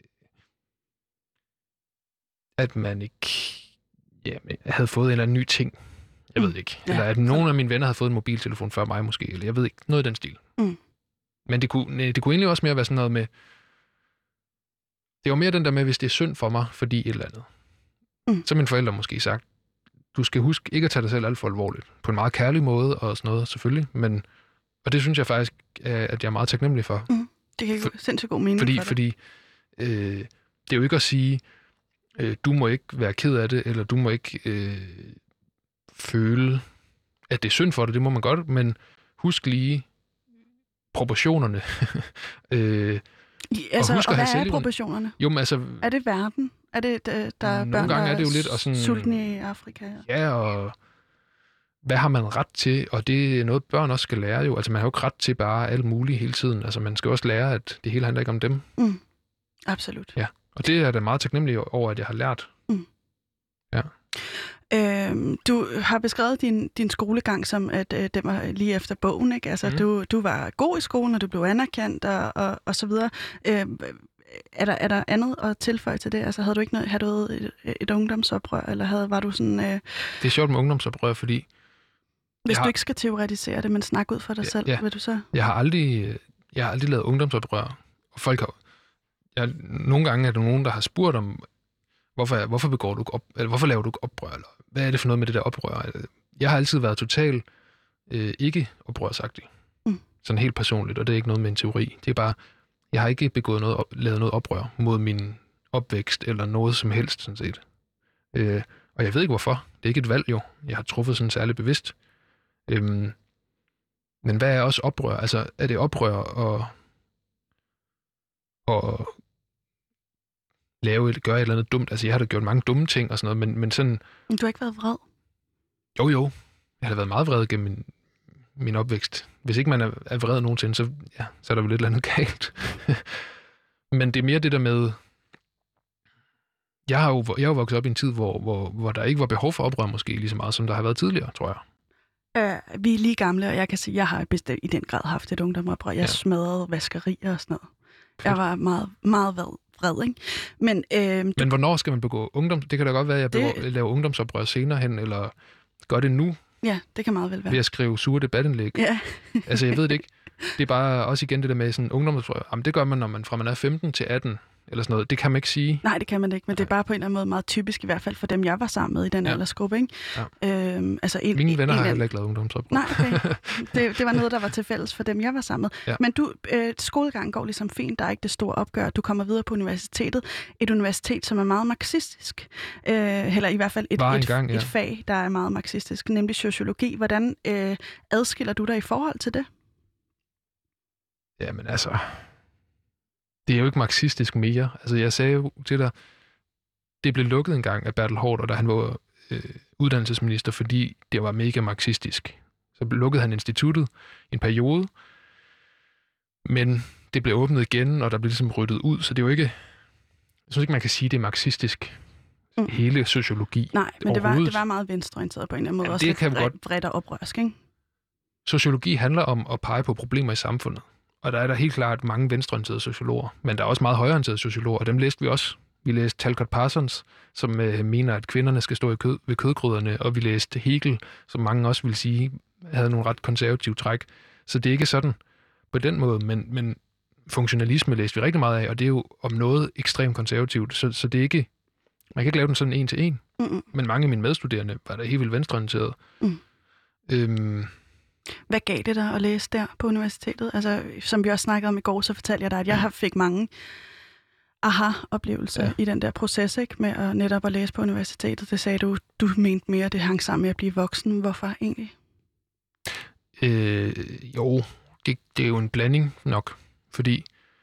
Speaker 2: at man ikke havde fået en eller anden ny ting. Jeg ved ikke. Eller at nogen af mine venner havde fået en mobiltelefon før mig måske. Eller jeg ved ikke. Noget i den stil. Men det kunne egentlig også mere være sådan noget med... Det var mere den der med, hvis det er synd for mig, fordi et eller andet. Så mine forældre måske sagt, du skal huske ikke at tage dig selv alt for alvorligt. På en meget kærlig måde og sådan noget, selvfølgelig. Men, og det synes jeg faktisk, at jeg er meget taknemmelig for.
Speaker 1: Det kan ikke sindssygt god mening
Speaker 2: fordi det er jo ikke at sige... du må ikke være ked af det, eller du må ikke føle, at det er synd for dig. Det må man godt, men husk lige proportionerne.
Speaker 1: Og hvad er proportionerne?
Speaker 2: Jo, men altså...
Speaker 1: Er det verden? Er det, der er børn, der er det jo lidt, og sådan, sultne i Afrika?
Speaker 2: Ja, og hvad har man ret til? Og det er noget, børn også skal lære jo. Altså, man har jo ikke ret til bare alt muligt hele tiden. Altså, man skal også lære, at det hele handler ikke om dem.
Speaker 1: Absolut.
Speaker 2: Ja. Og det er da meget taknemmelig over, at jeg har lært. Ja.
Speaker 1: Du har beskrevet din skolegang som, at det var lige efter bogen, ikke? Altså, du var god i skolen, og du blev anerkendt, og så videre. Er der andet at tilføje til det? Altså, havde du et ungdomsoprør, eller var du sådan... Det
Speaker 2: er sjovt med ungdomsoprør, fordi...
Speaker 1: Hvis du ikke skal teoretisere det, men snakke ud for dig selv, vil du så...
Speaker 2: Jeg har aldrig lavet ungdomsoprør, og folk har... nogle gange er der nogen, der har spurgt om, hvorfor laver du oprør, eller hvad er det for noget med det der oprør? Jeg har altid været total ikke oprørsagtig. Sådan helt personligt, og det er ikke noget med en teori. Det er bare, jeg har ikke lavet noget oprør mod min opvækst, eller noget som helst, sådan set. Og jeg ved ikke hvorfor. Det er ikke et valg, jo. Jeg har truffet sådan særligt bevidst. Men hvad er også oprør? Altså, er det oprør og gøre et eller andet dumt? Altså, jeg har da gjort mange dumme ting og sådan noget, men sådan...
Speaker 1: Men du har ikke været vred?
Speaker 2: Jo. Jeg har da været meget vred gennem min opvækst. Hvis ikke man er vred nogensinde, så er der vel et eller andet galt. Men det er mere det der med... Jeg er jo vokset op i en tid, hvor der ikke var behov for oprør måske lige så meget, som der har været tidligere, tror jeg.
Speaker 1: Vi er lige gamle, og jeg kan sige, at jeg har bestemt i den grad haft et ungdomsoprør. Jeg smadrede vaskerier og sådan noget. Jeg var meget, meget vred, ikke? Men
Speaker 2: hvornår skal man begå ungdoms... Det kan da godt være, at jeg laver ungdomsoprør senere hen, eller gør det nu.
Speaker 1: Ja, det kan meget vel være.
Speaker 2: Ved at skrive sure debatindlæg.
Speaker 1: Ja.
Speaker 2: Altså, jeg ved det ikke. Det er bare også igen det der med sådan ungdomsoprør. Jamen, det gør man, når man fra man er 15 til 18, eller sådan noget. Det kan man ikke sige.
Speaker 1: Nej, det kan man ikke, men det er bare på en eller anden måde meget typisk, i hvert fald for dem, jeg var sammen med i den aldersgruppe, ikke?
Speaker 2: Ja. Mine venner har heller ikke lavet ungdomsoprør.
Speaker 1: Nej, okay. Det var noget, der var til fælles for dem, jeg var sammen med. Ja. Men skolegangen går ligesom fint. Der er ikke det store opgør. Du kommer videre på universitetet. Et universitet, som er meget marxistisk. Eller i hvert fald et fag, der er meget marxistisk, nemlig sociologi. Hvordan adskiller du dig i forhold til det?
Speaker 2: Jamen altså... Det er jo ikke marxistisk mere. Altså, jeg sagde jo til dig, det blev lukket en gang af Bertel Haarder, da han var uddannelsesminister, fordi det var mega marxistisk. Så lukkede han instituttet en periode, men det blev åbnet igen, og der blev ligesom ryddet ud, så det er jo ikke... Jeg synes ikke, man kan sige, det er marxistisk. Hele sociologi.
Speaker 1: Nej, men det var meget venstreorienteret på en eller anden måde. Ja, også lidt bredt og oprørsk, ikke?
Speaker 2: Sociologi handler om at pege på problemer i samfundet. Og der er der helt klart mange venstreorienterede sociologer, men der er også meget højreorienterede sociologer, og dem læste vi også. Vi læste Talcott Parsons, som mener, at kvinderne skal stå ved kødgryderne, og vi læste Hegel, som mange også vil sige, havde nogle ret konservative træk. Så det er ikke sådan på den måde, men funktionalisme læste vi rigtig meget af, og det er jo om noget ekstremt konservativt, så det er ikke... Man kan ikke lave den sådan en til en, men mange af mine medstuderende var der helt vildt venstreorienterede.
Speaker 1: Hvad gav det dig at læse der på universitetet? Altså, som vi også snakkede om i går, så fortalte jeg dig, at jeg fik mange aha-oplevelser i den der proces, ikke? Med at netop at læse på universitetet. Det sagde du mente mere, det hang sammen med at blive voksen. Hvorfor egentlig?
Speaker 2: Jo, det er jo en blanding nok, fordi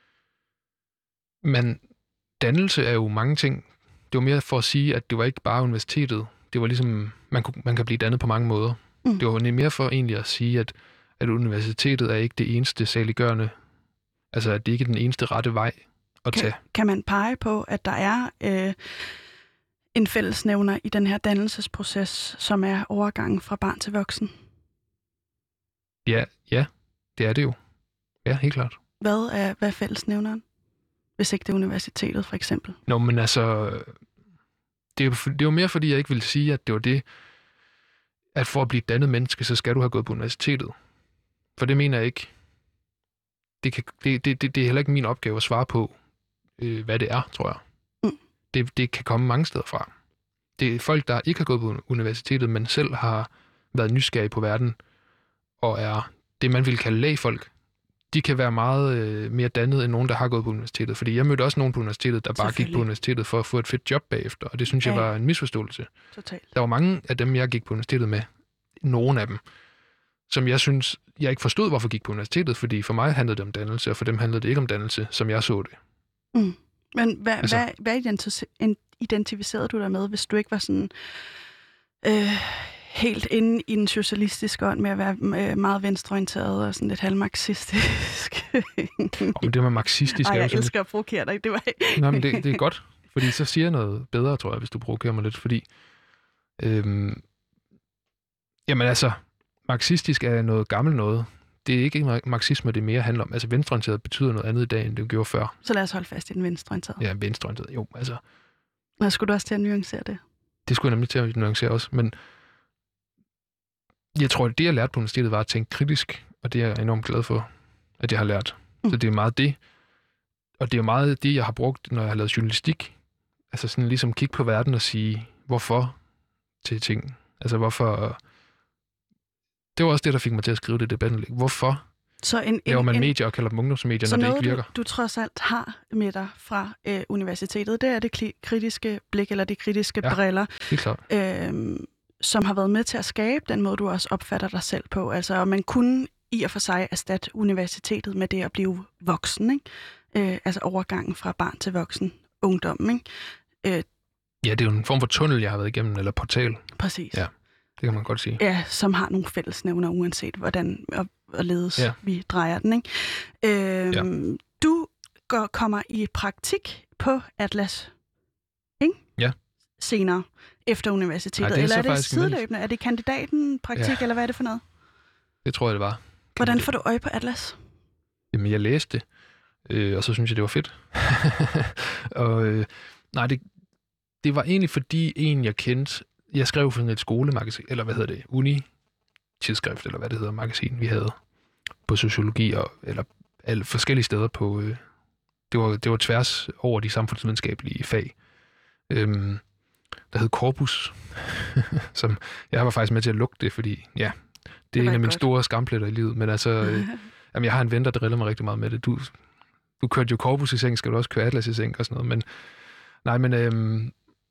Speaker 2: dannelse er jo mange ting. Det var mere for at sige, at det var ikke bare universitetet. Det var ligesom, man kan blive dannet på mange måder. Det var mere for egentlig at sige, at universitetet er ikke det eneste saliggørende. Altså, at det ikke er den eneste rette vej at tage.
Speaker 1: Kan man pege på, at der er en fællesnævner i den her dannelsesproces, som er overgangen fra barn til voksen?
Speaker 2: Ja, det er det jo. Ja, helt klart.
Speaker 1: Hvad er fællesnævneren? Hvis ikke det er universitetet, for eksempel.
Speaker 2: Nå, men altså... Det er jo mere, fordi jeg ikke vil sige, at det var det, at for at blive dannet menneske, så skal du have gået på universitetet. For det mener jeg ikke. Det er heller ikke min opgave at svare på, hvad det er, tror jeg. Det kan komme mange steder fra. Det er folk, der ikke har gået på universitetet, men selv har været nysgerrige på verden, og er det, man vil kalde lægfolk. De kan være meget mere dannet end nogen, der har gået på universitetet. Fordi jeg mødte også nogen på universitetet, der bare gik på universitetet for at få et fedt job bagefter. Og det synes jeg var en misforståelse.
Speaker 1: Totalt.
Speaker 2: Der var mange af dem, jeg gik på universitetet med, nogle af dem, som jeg synes, jeg ikke forstod, hvorfor jeg gik på universitetet. Fordi for mig handlede det om dannelse, og for dem handlede det ikke om dannelse, som jeg så det.
Speaker 1: Men hvad identificerede du dig med, hvis du ikke var sådan... helt inde i den socialistiske ånd med at være meget venstreorienteret og sådan lidt halvmarxistisk.
Speaker 2: Men det var marxistisk.
Speaker 1: Jeg elsker at provokere dig. Det var...
Speaker 2: Nå, men det er godt, fordi så siger jeg noget bedre, tror jeg, hvis du provokerer mig lidt, fordi jamen altså, marxistisk er noget gammelt noget. Det er ikke marxisme, det mere handler om. Altså venstreorienteret betyder noget andet i dag, end det gjorde før.
Speaker 1: Så lad os holde fast i den venstreorienterede.
Speaker 2: Ja, venstreorienteret, jo, altså.
Speaker 1: Men skulle du også til at nuancere det?
Speaker 2: Det skulle jeg nemlig til at nuancere også, men jeg tror, at det, jeg lærte på universitetet, var at tænke kritisk, og det er jeg enormt glad for, at jeg har lært. Så det er meget det. Og det er jo meget det, jeg har brugt, når jeg har lavet journalistik. Altså sådan ligesom kigge på verden og sige, hvorfor til ting. Altså hvorfor... Det var også det, der fik mig til at skrive det debatindlæg. Hvorfor laver man medier og kalder dem ungdomsmedier, når det ikke virker?
Speaker 1: Så du trods alt har med dig fra universitetet, det er det kritiske blik, eller de kritiske briller,
Speaker 2: helt klart.
Speaker 1: Som har været med til at skabe den måde, du også opfatter dig selv på. Altså, man kunne i og for sig erstatte universitetet med det at blive voksen, ikke? Altså overgangen fra barn til voksen, ungdom, ikke?
Speaker 2: Ja, det er jo en form for tunnel, jeg har været igennem, eller portal.
Speaker 1: Præcis.
Speaker 2: Ja, det kan man godt sige.
Speaker 1: Ja, som har nogle fællesnævner, uanset hvordan og ledes vi drejer den, ikke? Du kommer i praktik på Atlas, ikke?
Speaker 2: Ja.
Speaker 1: Senere, efter universitetet.
Speaker 2: Nej,
Speaker 1: eller er det sideløbende? Er det kandidaten praktik, eller hvad er det for noget?
Speaker 2: Det tror jeg, det var.
Speaker 1: Hvordan får du øje på Atlas?
Speaker 2: Jamen, jeg læste det, og så synes jeg, det var fedt. Og nej, det var egentlig fordi en, jeg kendte, jeg skrev for et skolemagasin, eller hvad hedder det, uni-tidsskrift, eller hvad det hedder, magasin, vi havde på sociologi, eller alle forskellige steder på, det var tværs over de samfundsvidenskabelige fag. Der hed Corpus, som jeg var faktisk med til at lukke det, fordi det er en af mine store skampletter i livet, men altså, jamen, jeg har en ven, der driller mig rigtig meget med det. Du kørte jo Corpus i seng, skal du også køre Atlas i seng og sådan noget, men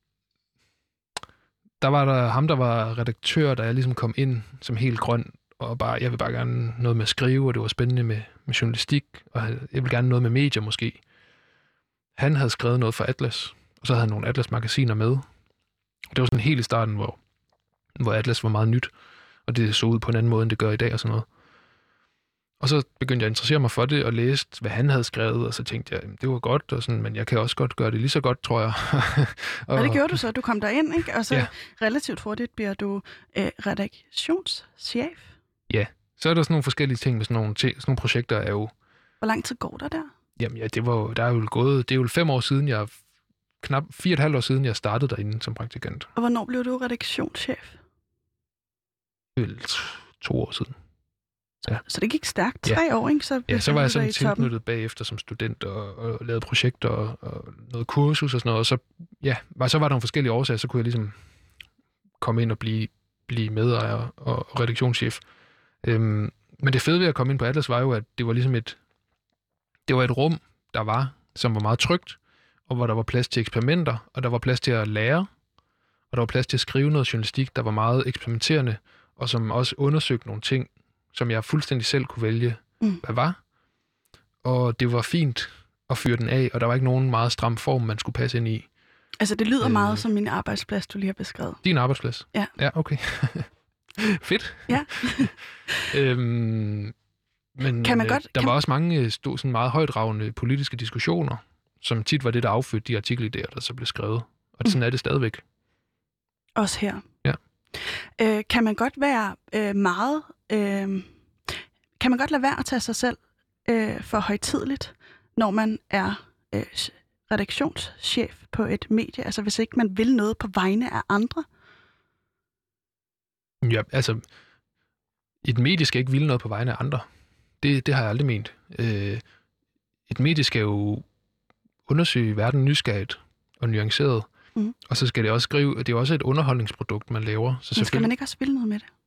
Speaker 2: der var der ham, der var redaktør, da jeg ligesom kom ind som helt grøn, og jeg vil bare gerne noget med at skrive, og det var spændende med journalistik, og jeg vil gerne noget med medier måske. Han havde skrevet noget for Atlas, og så havde han nogle Atlas-magasiner med. Og det var sådan helt i starten, hvor Atlas var meget nyt, og det så ud på en anden måde, end det gør i dag og sådan noget. Og så begyndte jeg at interessere mig for det, og læste, hvad han havde skrevet, og så tænkte jeg, det var godt, og sådan, men jeg kan også godt gøre det lige så godt, tror jeg.
Speaker 1: Og det gjorde du så, du kom derind, ikke? Og så relativt hurtigt bliver du redaktionschef.
Speaker 2: Ja, så er der sådan nogle forskellige ting med sådan nogle projekter er jo...
Speaker 1: Hvor lang tid går der der?
Speaker 2: Jamen ja, det er jo 5 år siden, knap 4,5 år siden, jeg startede derinde som praktikant.
Speaker 1: Og hvornår blev du redaktionschef?
Speaker 2: Vel 2 år siden. Ja.
Speaker 1: Så det gik stærkt. 3 år, ikke?
Speaker 2: Så var jeg sådan tilknyttet bagefter som student og lavede projekter og noget kursus og sådan noget. Og så var der nogle forskellige årsager, så kunne jeg ligesom komme ind og blive medejer og redaktionschef. Men det fede ved at komme ind på Atlas var jo, at det var ligesom et rum, som var meget trygt, og hvor der var plads til eksperimenter, og der var plads til at lære, og der var plads til at skrive noget journalistik, der var meget eksperimenterende, og som også undersøgte nogle ting, som jeg fuldstændig selv kunne vælge, hvad var. Og det var fint at fyre den af, og der var ikke nogen meget stram form, man skulle passe ind i.
Speaker 1: Altså, det lyder meget som min arbejdsplads, du lige har beskrevet.
Speaker 2: Din arbejdsplads?
Speaker 1: Ja.
Speaker 2: Ja, okay. Fedt.
Speaker 1: Ja.
Speaker 2: Men der var også mange sådan meget højtravende politiske diskussioner, som tit var det, der affødte de artikler, der så blev skrevet. Og sådan er det stadigvæk.
Speaker 1: Også her.
Speaker 2: Ja.
Speaker 1: Kan man godt være kan man godt lade være at tage sig selv for højtideligt, når man er redaktionschef på et medie? Altså hvis ikke man vil noget på vegne af andre?
Speaker 2: Ja, altså et medie skal ikke ville noget på vegne af andre. Det har jeg aldrig ment. Et medie skal jo undersøge verden nysgerrigt og nuanceret. Og så skal det også skrive, at det er også et underholdningsprodukt, man laver. Så
Speaker 1: men skal man ikke også ville noget med det?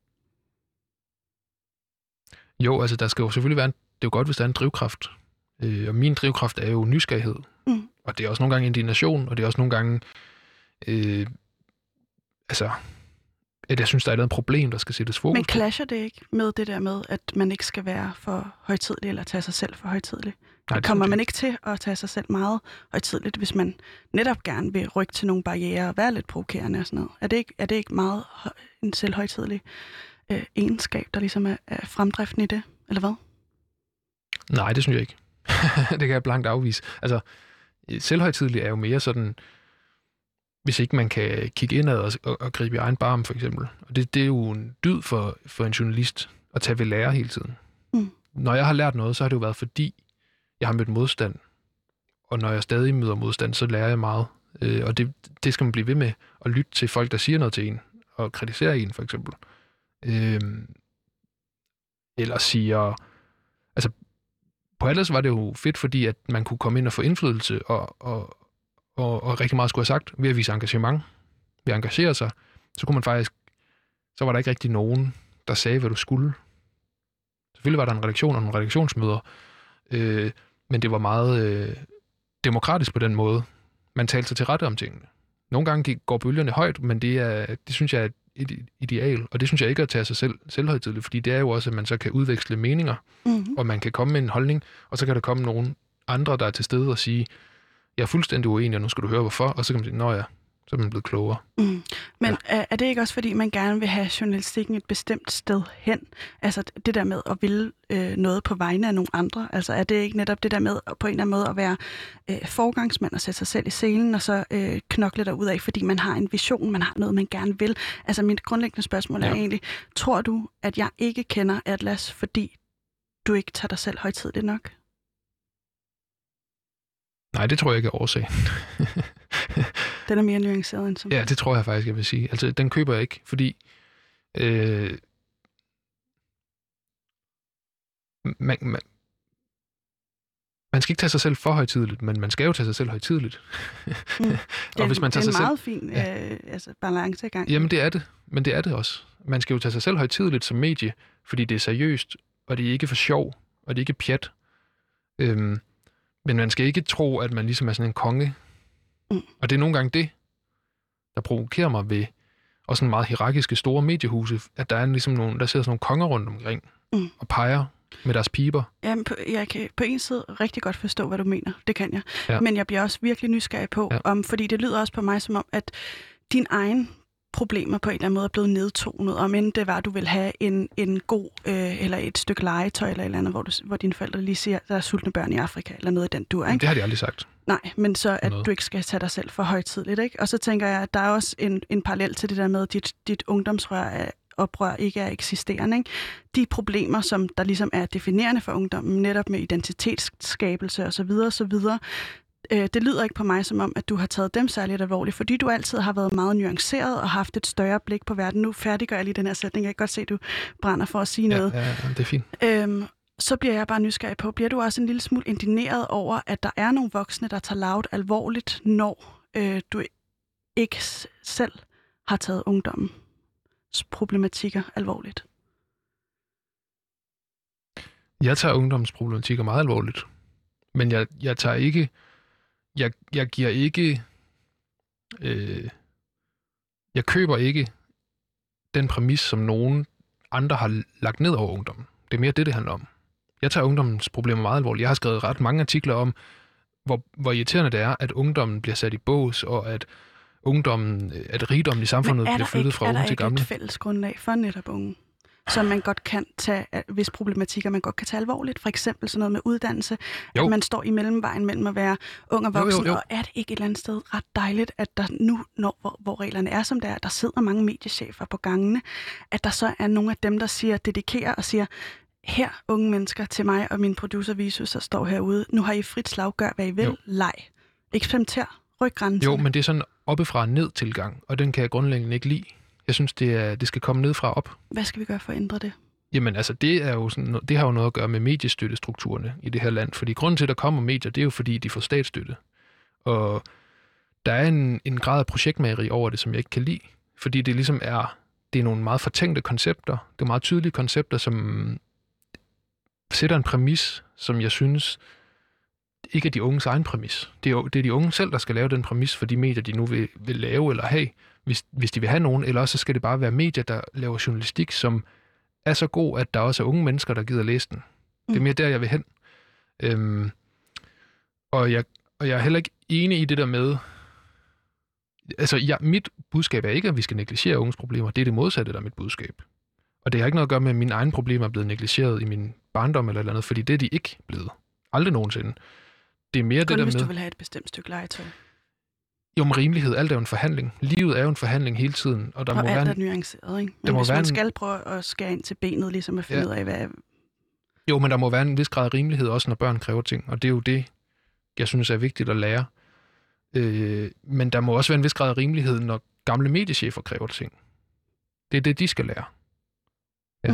Speaker 2: Jo, altså der skal jo selvfølgelig være det er jo godt, hvis der er en drivkraft. Og min drivkraft er jo nysgerrighed. Og det er også nogle gange indignation, og det er også nogle gange at jeg synes, der er et problem, der skal sættes fokus på.
Speaker 1: Men clasher det ikke med det der med, at man ikke skal være for højtidelig, eller tage sig selv for højtidlig? Nej, kommer man ikke til at tage sig selv meget højtidligt, hvis man netop gerne vil rykke til nogle barrierer og være lidt provokerende og sådan noget? Er det ikke meget en selvhøjtidlig egenskab, der ligesom er fremdriften i det, eller hvad?
Speaker 2: Nej, det synes jeg ikke. Det kan jeg blankt afvise. Altså, selvhøjtidlig er jo mere sådan, hvis ikke man kan kigge indad og gribe i egen barm, for eksempel. Og det er jo en dyd for en journalist at tage ved lære hele tiden. Når jeg har lært noget, så har det jo været fordi, jeg har mødt modstand. Og når jeg stadig møder modstand, så lærer jeg meget. Og det skal man blive ved med at lytte til folk, der siger noget til en, og kritisere en, for eksempel. Eller siger... Altså, på Atlas var det jo fedt, fordi at man kunne komme ind og få indflydelse, og rigtig meget skulle have sagt, ved at vise engagement, ved at engagere sig, så kunne man faktisk, så var der ikke rigtig nogen, der sagde, hvad du skulle. Selvfølgelig var der en redaktion og nogle redaktionsmøder, men det var meget demokratisk på den måde. Man talte sig til rette om tingene. Nogle gange går bølgerne højt, men det synes jeg er et ideal, og det synes jeg ikke er at tage sig selvhøjtideligt, fordi det er jo også, at man så kan udveksle meninger, og man kan komme med en holdning, og så kan der komme nogen andre, der er til stede og sige, jeg er fuldstændig uenig, og nu skal du høre hvorfor, og så kan man sige, nå ja, så er man blevet klogere.
Speaker 1: Men er det ikke også, fordi man gerne vil have journalistikken et bestemt sted hen? Altså det der med at ville noget på vegne af nogle andre? Altså er det ikke netop det der med på en eller anden måde at være forgangsmand og sætte sig selv i scenen, og så knokle derud af, fordi man har en vision, man har noget, man gerne vil? Altså mit grundlæggende spørgsmål er egentlig, tror du, at jeg ikke kender Atlas, fordi du ikke tager dig selv højtideligt nok?
Speaker 2: Nej, det tror jeg ikke er årsagen.
Speaker 1: Den er mere nuanceret end som.
Speaker 2: Ja, det tror jeg faktisk, jeg vil sige. Altså, den køber jeg ikke, fordi man skal ikke tage sig selv for højtideligt, men man skal jo tage sig selv højtideligt.
Speaker 1: Og hvis man tager sig meget fin balance i gang.
Speaker 2: Jamen, det er det. Men det er det også. Man skal jo tage sig selv højtideligt som medie, fordi det er seriøst, og det er ikke for sjov, og det er ikke pjat. Men man skal ikke tro, at man ligesom er sådan en konge. Og det er nogle gange det, der provokerer mig ved også sådan meget hierarkiske store mediehuse, at der er ligesom der sidder sådan nogle konger rundt omkring og peger med deres piber.
Speaker 1: Jamen, jeg kan på en side rigtig godt forstå, hvad du mener. Det kan jeg. Ja. Men jeg bliver også virkelig nysgerrig på, fordi det lyder også på mig som om, at din egen problemer på en eller anden måde er blevet nedtonet, om end det var, at du vil have en god, eller et stykke legetøj, eller et eller andet, hvor dine forældre lige siger, der er sultne børn i Afrika, eller noget af den dur, ikke?
Speaker 2: Det har de aldrig sagt.
Speaker 1: Nej, men så at du ikke skal tage dig selv for højtidligt, ikke? Og så tænker jeg, at der er også en parallel til det der med, at dit ungdomsoprør ikke er eksisterende, ikke? De problemer, som der ligesom er definerende for ungdommen, netop med identitetsskabelse osv., det lyder ikke på mig som om, at du har taget dem særligt alvorligt, fordi du altid har været meget nuanceret og haft et større blik på verden. Nu færdiggør jeg lige den her sætning. Jeg kan godt se, at du brænder for at sige noget.
Speaker 2: Ja, det er fint.
Speaker 1: Så bliver jeg bare nysgerrig på, bliver du også en lille smule indigneret over, at der er nogle voksne, der tager loud alvorligt, når du ikke selv har taget ungdommens problematikker alvorligt?
Speaker 2: Jeg tager ungdomsproblematikker meget alvorligt, men jeg tager ikke... Jeg giver ikke... jeg køber ikke den præmis, som nogen andre har lagt ned over ungdommen. Det er mere det handler om. Jeg tager ungdommens problemer meget alvorligt. Jeg har skrevet ret mange artikler om, hvor irriterende det er, at ungdommen bliver sat i bås, og at rigdommen i samfundet bliver flyttet fra unge til gamle.
Speaker 1: Men er der ikke et fælles grundlag for netop unge, som man godt kan tage, hvis problematikker man godt kan tage alvorligt? For eksempel sådan noget med uddannelse, at man står i mellemvejen mellem at være ung og voksen, jo. Og er det ikke et eller andet sted ret dejligt, at der nu, hvor reglerne er som det er, der sidder mange mediechefer på gangene, at der så er nogle af dem, der dedikerer og siger, her unge mennesker til mig og min producer Visus, der står herude, nu har I frit slag, gør hvad I vil, leg, eksperimenter, ryk grænserne.
Speaker 2: Jo, men det er sådan oppefra ned tilgang, og den kan jeg grundlæggende ikke lide. Jeg synes, det skal komme nedfra op.
Speaker 1: Hvad skal vi gøre for at ændre det?
Speaker 2: Jamen, altså, det har jo noget at gøre med mediestøttestrukturerne i det her land. Fordi grunden til, at der kommer medier, det er jo fordi, de får statsstøtte. Og der er en grad af projektmageri over det, som jeg ikke kan lide. Fordi det ligesom det er nogle meget fortænkte koncepter. Det er meget tydelige koncepter, som sætter en præmis, som jeg synes ikke er de unges egen præmis. Det er de unge selv, der skal lave den præmis for de medier, de nu vil lave eller have, hvis de vil have nogen, eller også så skal det bare være medier, der laver journalistik, som er så god, at der også er unge mennesker, der gider læse den. Det er mere der, jeg vil hen. Og jeg er heller ikke enig i det der med... Altså, mit budskab er ikke, at vi skal negligere unges problemer. Det er det modsatte, der er mit budskab. Og det har ikke noget at gøre med, at mine egne problemer er blevet negligeret i min barndom eller andet, fordi det er de ikke blevet. Aldrig nogensinde. Det er mere det der med...
Speaker 1: hvis du vil have et bestemt stykke legetøj.
Speaker 2: Jo, med rimelighed. Alt er jo en forhandling. Livet er jo en forhandling hele tiden. Og
Speaker 1: alt er nuanceret, ikke? Men hvis man skal prøve at skære ind til benet, ligesom at finde ud af, hvad...
Speaker 2: Jo, men der må være en vis grad af rimelighed, også når børn kræver ting. Og det er jo det, jeg synes er vigtigt at lære. Men der må også være en vis grad af rimelighed, når gamle mediechefer kræver ting. Det er det, de skal lære. Ja.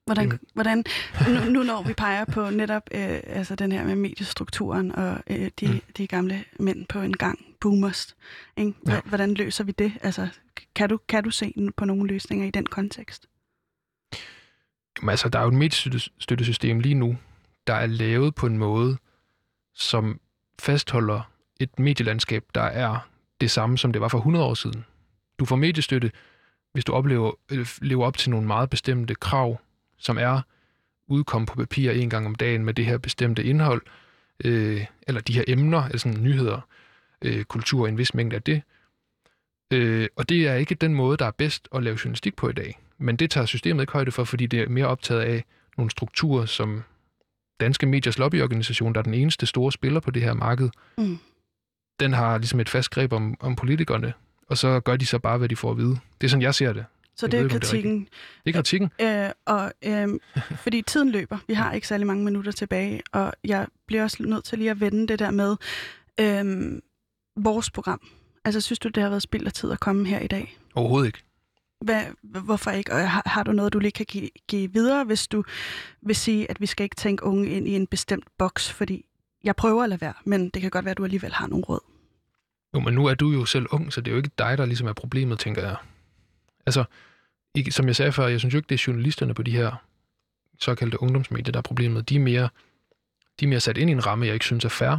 Speaker 1: Hvordan nu når vi peger på netop altså den her med mediestrukturen og de gamle mænd på en gang, boomers, ikke? Hvordan løser vi det? Altså, kan du se på nogle løsninger i den kontekst?
Speaker 2: Jamen, altså, der er jo et mediestøttesystem lige nu, der er lavet på en måde, som fastholder et medielandskab, der er det samme, som det var for 100 år siden. Du får mediestøtte, hvis du lever op til nogle meget bestemte krav, som er udkom på papir en gang om dagen med det her bestemte indhold, eller de her emner, eller sådan nyheder, kultur, en vis mængde af det. Og det er ikke den måde, der er bedst at lave journalistik på i dag. Men det tager systemet ikke højde for, fordi det er mere optaget af nogle strukturer, som Danske Mediers Lobbyorganisation, der er den eneste store spiller på det her marked, den har ligesom et fast greb om politikerne, og så gør de så bare, hvad de får at vide. Det er sådan, jeg ser det.
Speaker 1: Så det er kritikken.
Speaker 2: Det er kritikken.
Speaker 1: Fordi tiden løber. Vi har ikke særlig mange minutter tilbage, og jeg bliver også nødt til lige at vende det der med vores program. Altså, synes du, det har været spild af tid at komme her i dag?
Speaker 2: Overhovedet ikke.
Speaker 1: Hvorfor ikke? Og har du noget, du lige kan give videre, hvis du vil sige, at vi skal ikke tænke unge ind i en bestemt boks? Fordi jeg prøver at lade være, men det kan godt være, at du alligevel har nogle råd.
Speaker 2: Jo, men nu er du jo selv ung, så det er jo ikke dig, der ligesom er problemet, tænker jeg. Altså, som jeg sagde før, jeg synes jo ikke, det er journalisterne på de her såkaldte ungdomsmedier, der er problemet. De er mere sat ind i en ramme, jeg ikke synes er fair.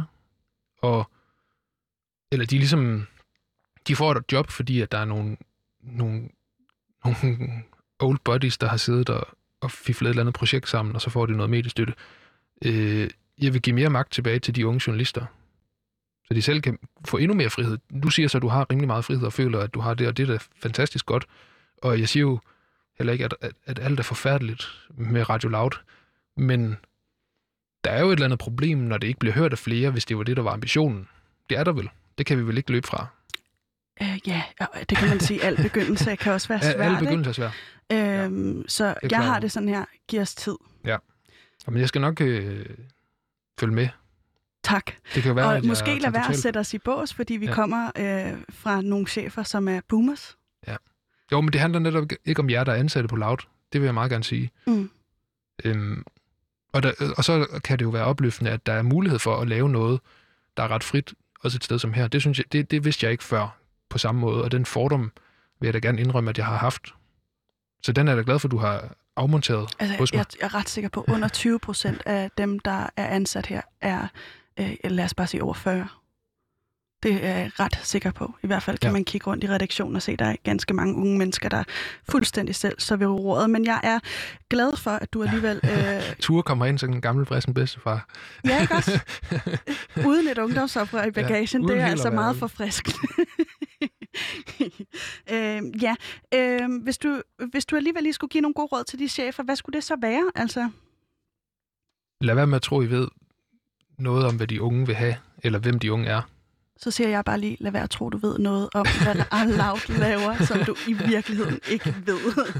Speaker 2: Eller de får et job, fordi at der er nogle old buddies, der har siddet og fiflet et eller andet projekt sammen, og så får de noget mediestøtte. Jeg vil give mere magt tilbage til de unge journalister, så de selv kan få endnu mere frihed. Du siger så, at du har rimelig meget frihed og føler, at du har det, og det er da fantastisk godt. Og jeg siger jo heller ikke, at alt er forfærdeligt med Radio Loud, men der er jo et eller andet problem, når det ikke bliver hørt af flere, hvis det var det, der var ambitionen. Det er der vel. Det kan vi vel ikke løbe fra.
Speaker 1: Ja, det kan man sige. Al begyndelse kan også være svært.
Speaker 2: Al begyndelse er svært.
Speaker 1: Så jeg har det sådan her. Giv os tid.
Speaker 2: Ja. Men jeg skal nok følge med.
Speaker 1: Tak.
Speaker 2: Det kan jo være,
Speaker 1: og måske lade være at sætte os i bås, fordi vi kommer fra nogle chefer, som er boomers.
Speaker 2: Ja. Jo, men det handler netop ikke om jer, der er ansatte på Loud. Det vil jeg meget gerne sige. Og så kan det jo være opløftende, at der er mulighed for at lave noget, der er ret frit, også et sted som her. Det synes jeg, det vidste jeg ikke før på samme måde, og den fordom vil jeg da gerne indrømme, at jeg har haft. Så den er jeg da glad for, at du har afmonteret hos mig.
Speaker 1: Jeg er ret sikker på, at under 20% af dem, der er ansat her, er, lad os bare sige, over 40. Det er jeg ret sikker på. I hvert fald kan man kigge rundt i redaktionen og se, at der er ganske mange unge mennesker, der fuldstændig selv så ved roret. Men jeg er glad for, at du alligevel...
Speaker 2: Ture kommer ind som en gammel frissen bedstefar.
Speaker 1: Ja, ikke også? Uden et ungdomsoprør i bagagen. Det er altså meget forfriskende. Hvis du alligevel lige skulle give nogle gode råd til de chefer, hvad skulle det så være? Altså?
Speaker 2: Lad være med at tro, I ved noget om, hvad de unge vil have, eller hvem de unge er.
Speaker 1: Så siger jeg bare lige, lad være at tro, du ved noget om, hvad Loud laver, som du i virkeligheden ikke ved.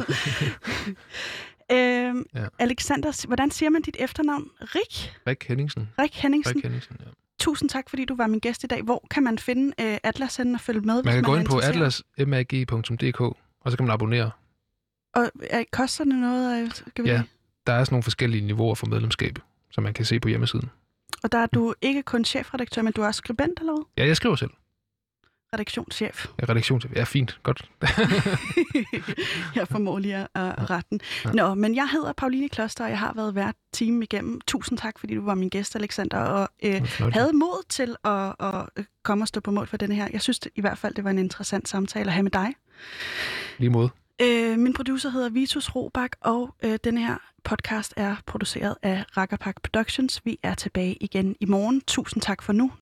Speaker 1: Alexander, hvordan siger man dit efternavn?
Speaker 2: Rik Henningsen.
Speaker 1: Rik Henningsen,
Speaker 2: ja.
Speaker 1: Tusind tak, fordi du var min gæst i dag. Hvor kan man finde Atlas og følge med?
Speaker 2: Man kan gå ind på atlasmag.dk, og så kan man abonnere.
Speaker 1: Og koster det noget?
Speaker 2: Der er sådan nogle forskellige niveauer for medlemskab, som man kan se på hjemmesiden. Og
Speaker 1: der er du ikke kun chefredaktør, men du er også skribent, eller hvad?
Speaker 2: Ja, jeg skriver selv.
Speaker 1: Redaktionschef.
Speaker 2: Ja, redaktionschef. Ja, fint. Godt.
Speaker 1: Jeg formår lige at rette den. Nå, men jeg hedder Pauline Kloster, og jeg har været vært time igennem. Tusind tak, fordi du var min gæst, Alexander, og havde mod til at komme og stå på mål for denne her. Jeg synes i hvert fald, det var en interessant samtale at have med dig.
Speaker 2: Lige mod.
Speaker 1: Min producer hedder Vitus Robak, og denne her podcast er produceret af Rakkerpak Productions. Vi er tilbage igen i morgen. Tusind tak for nu.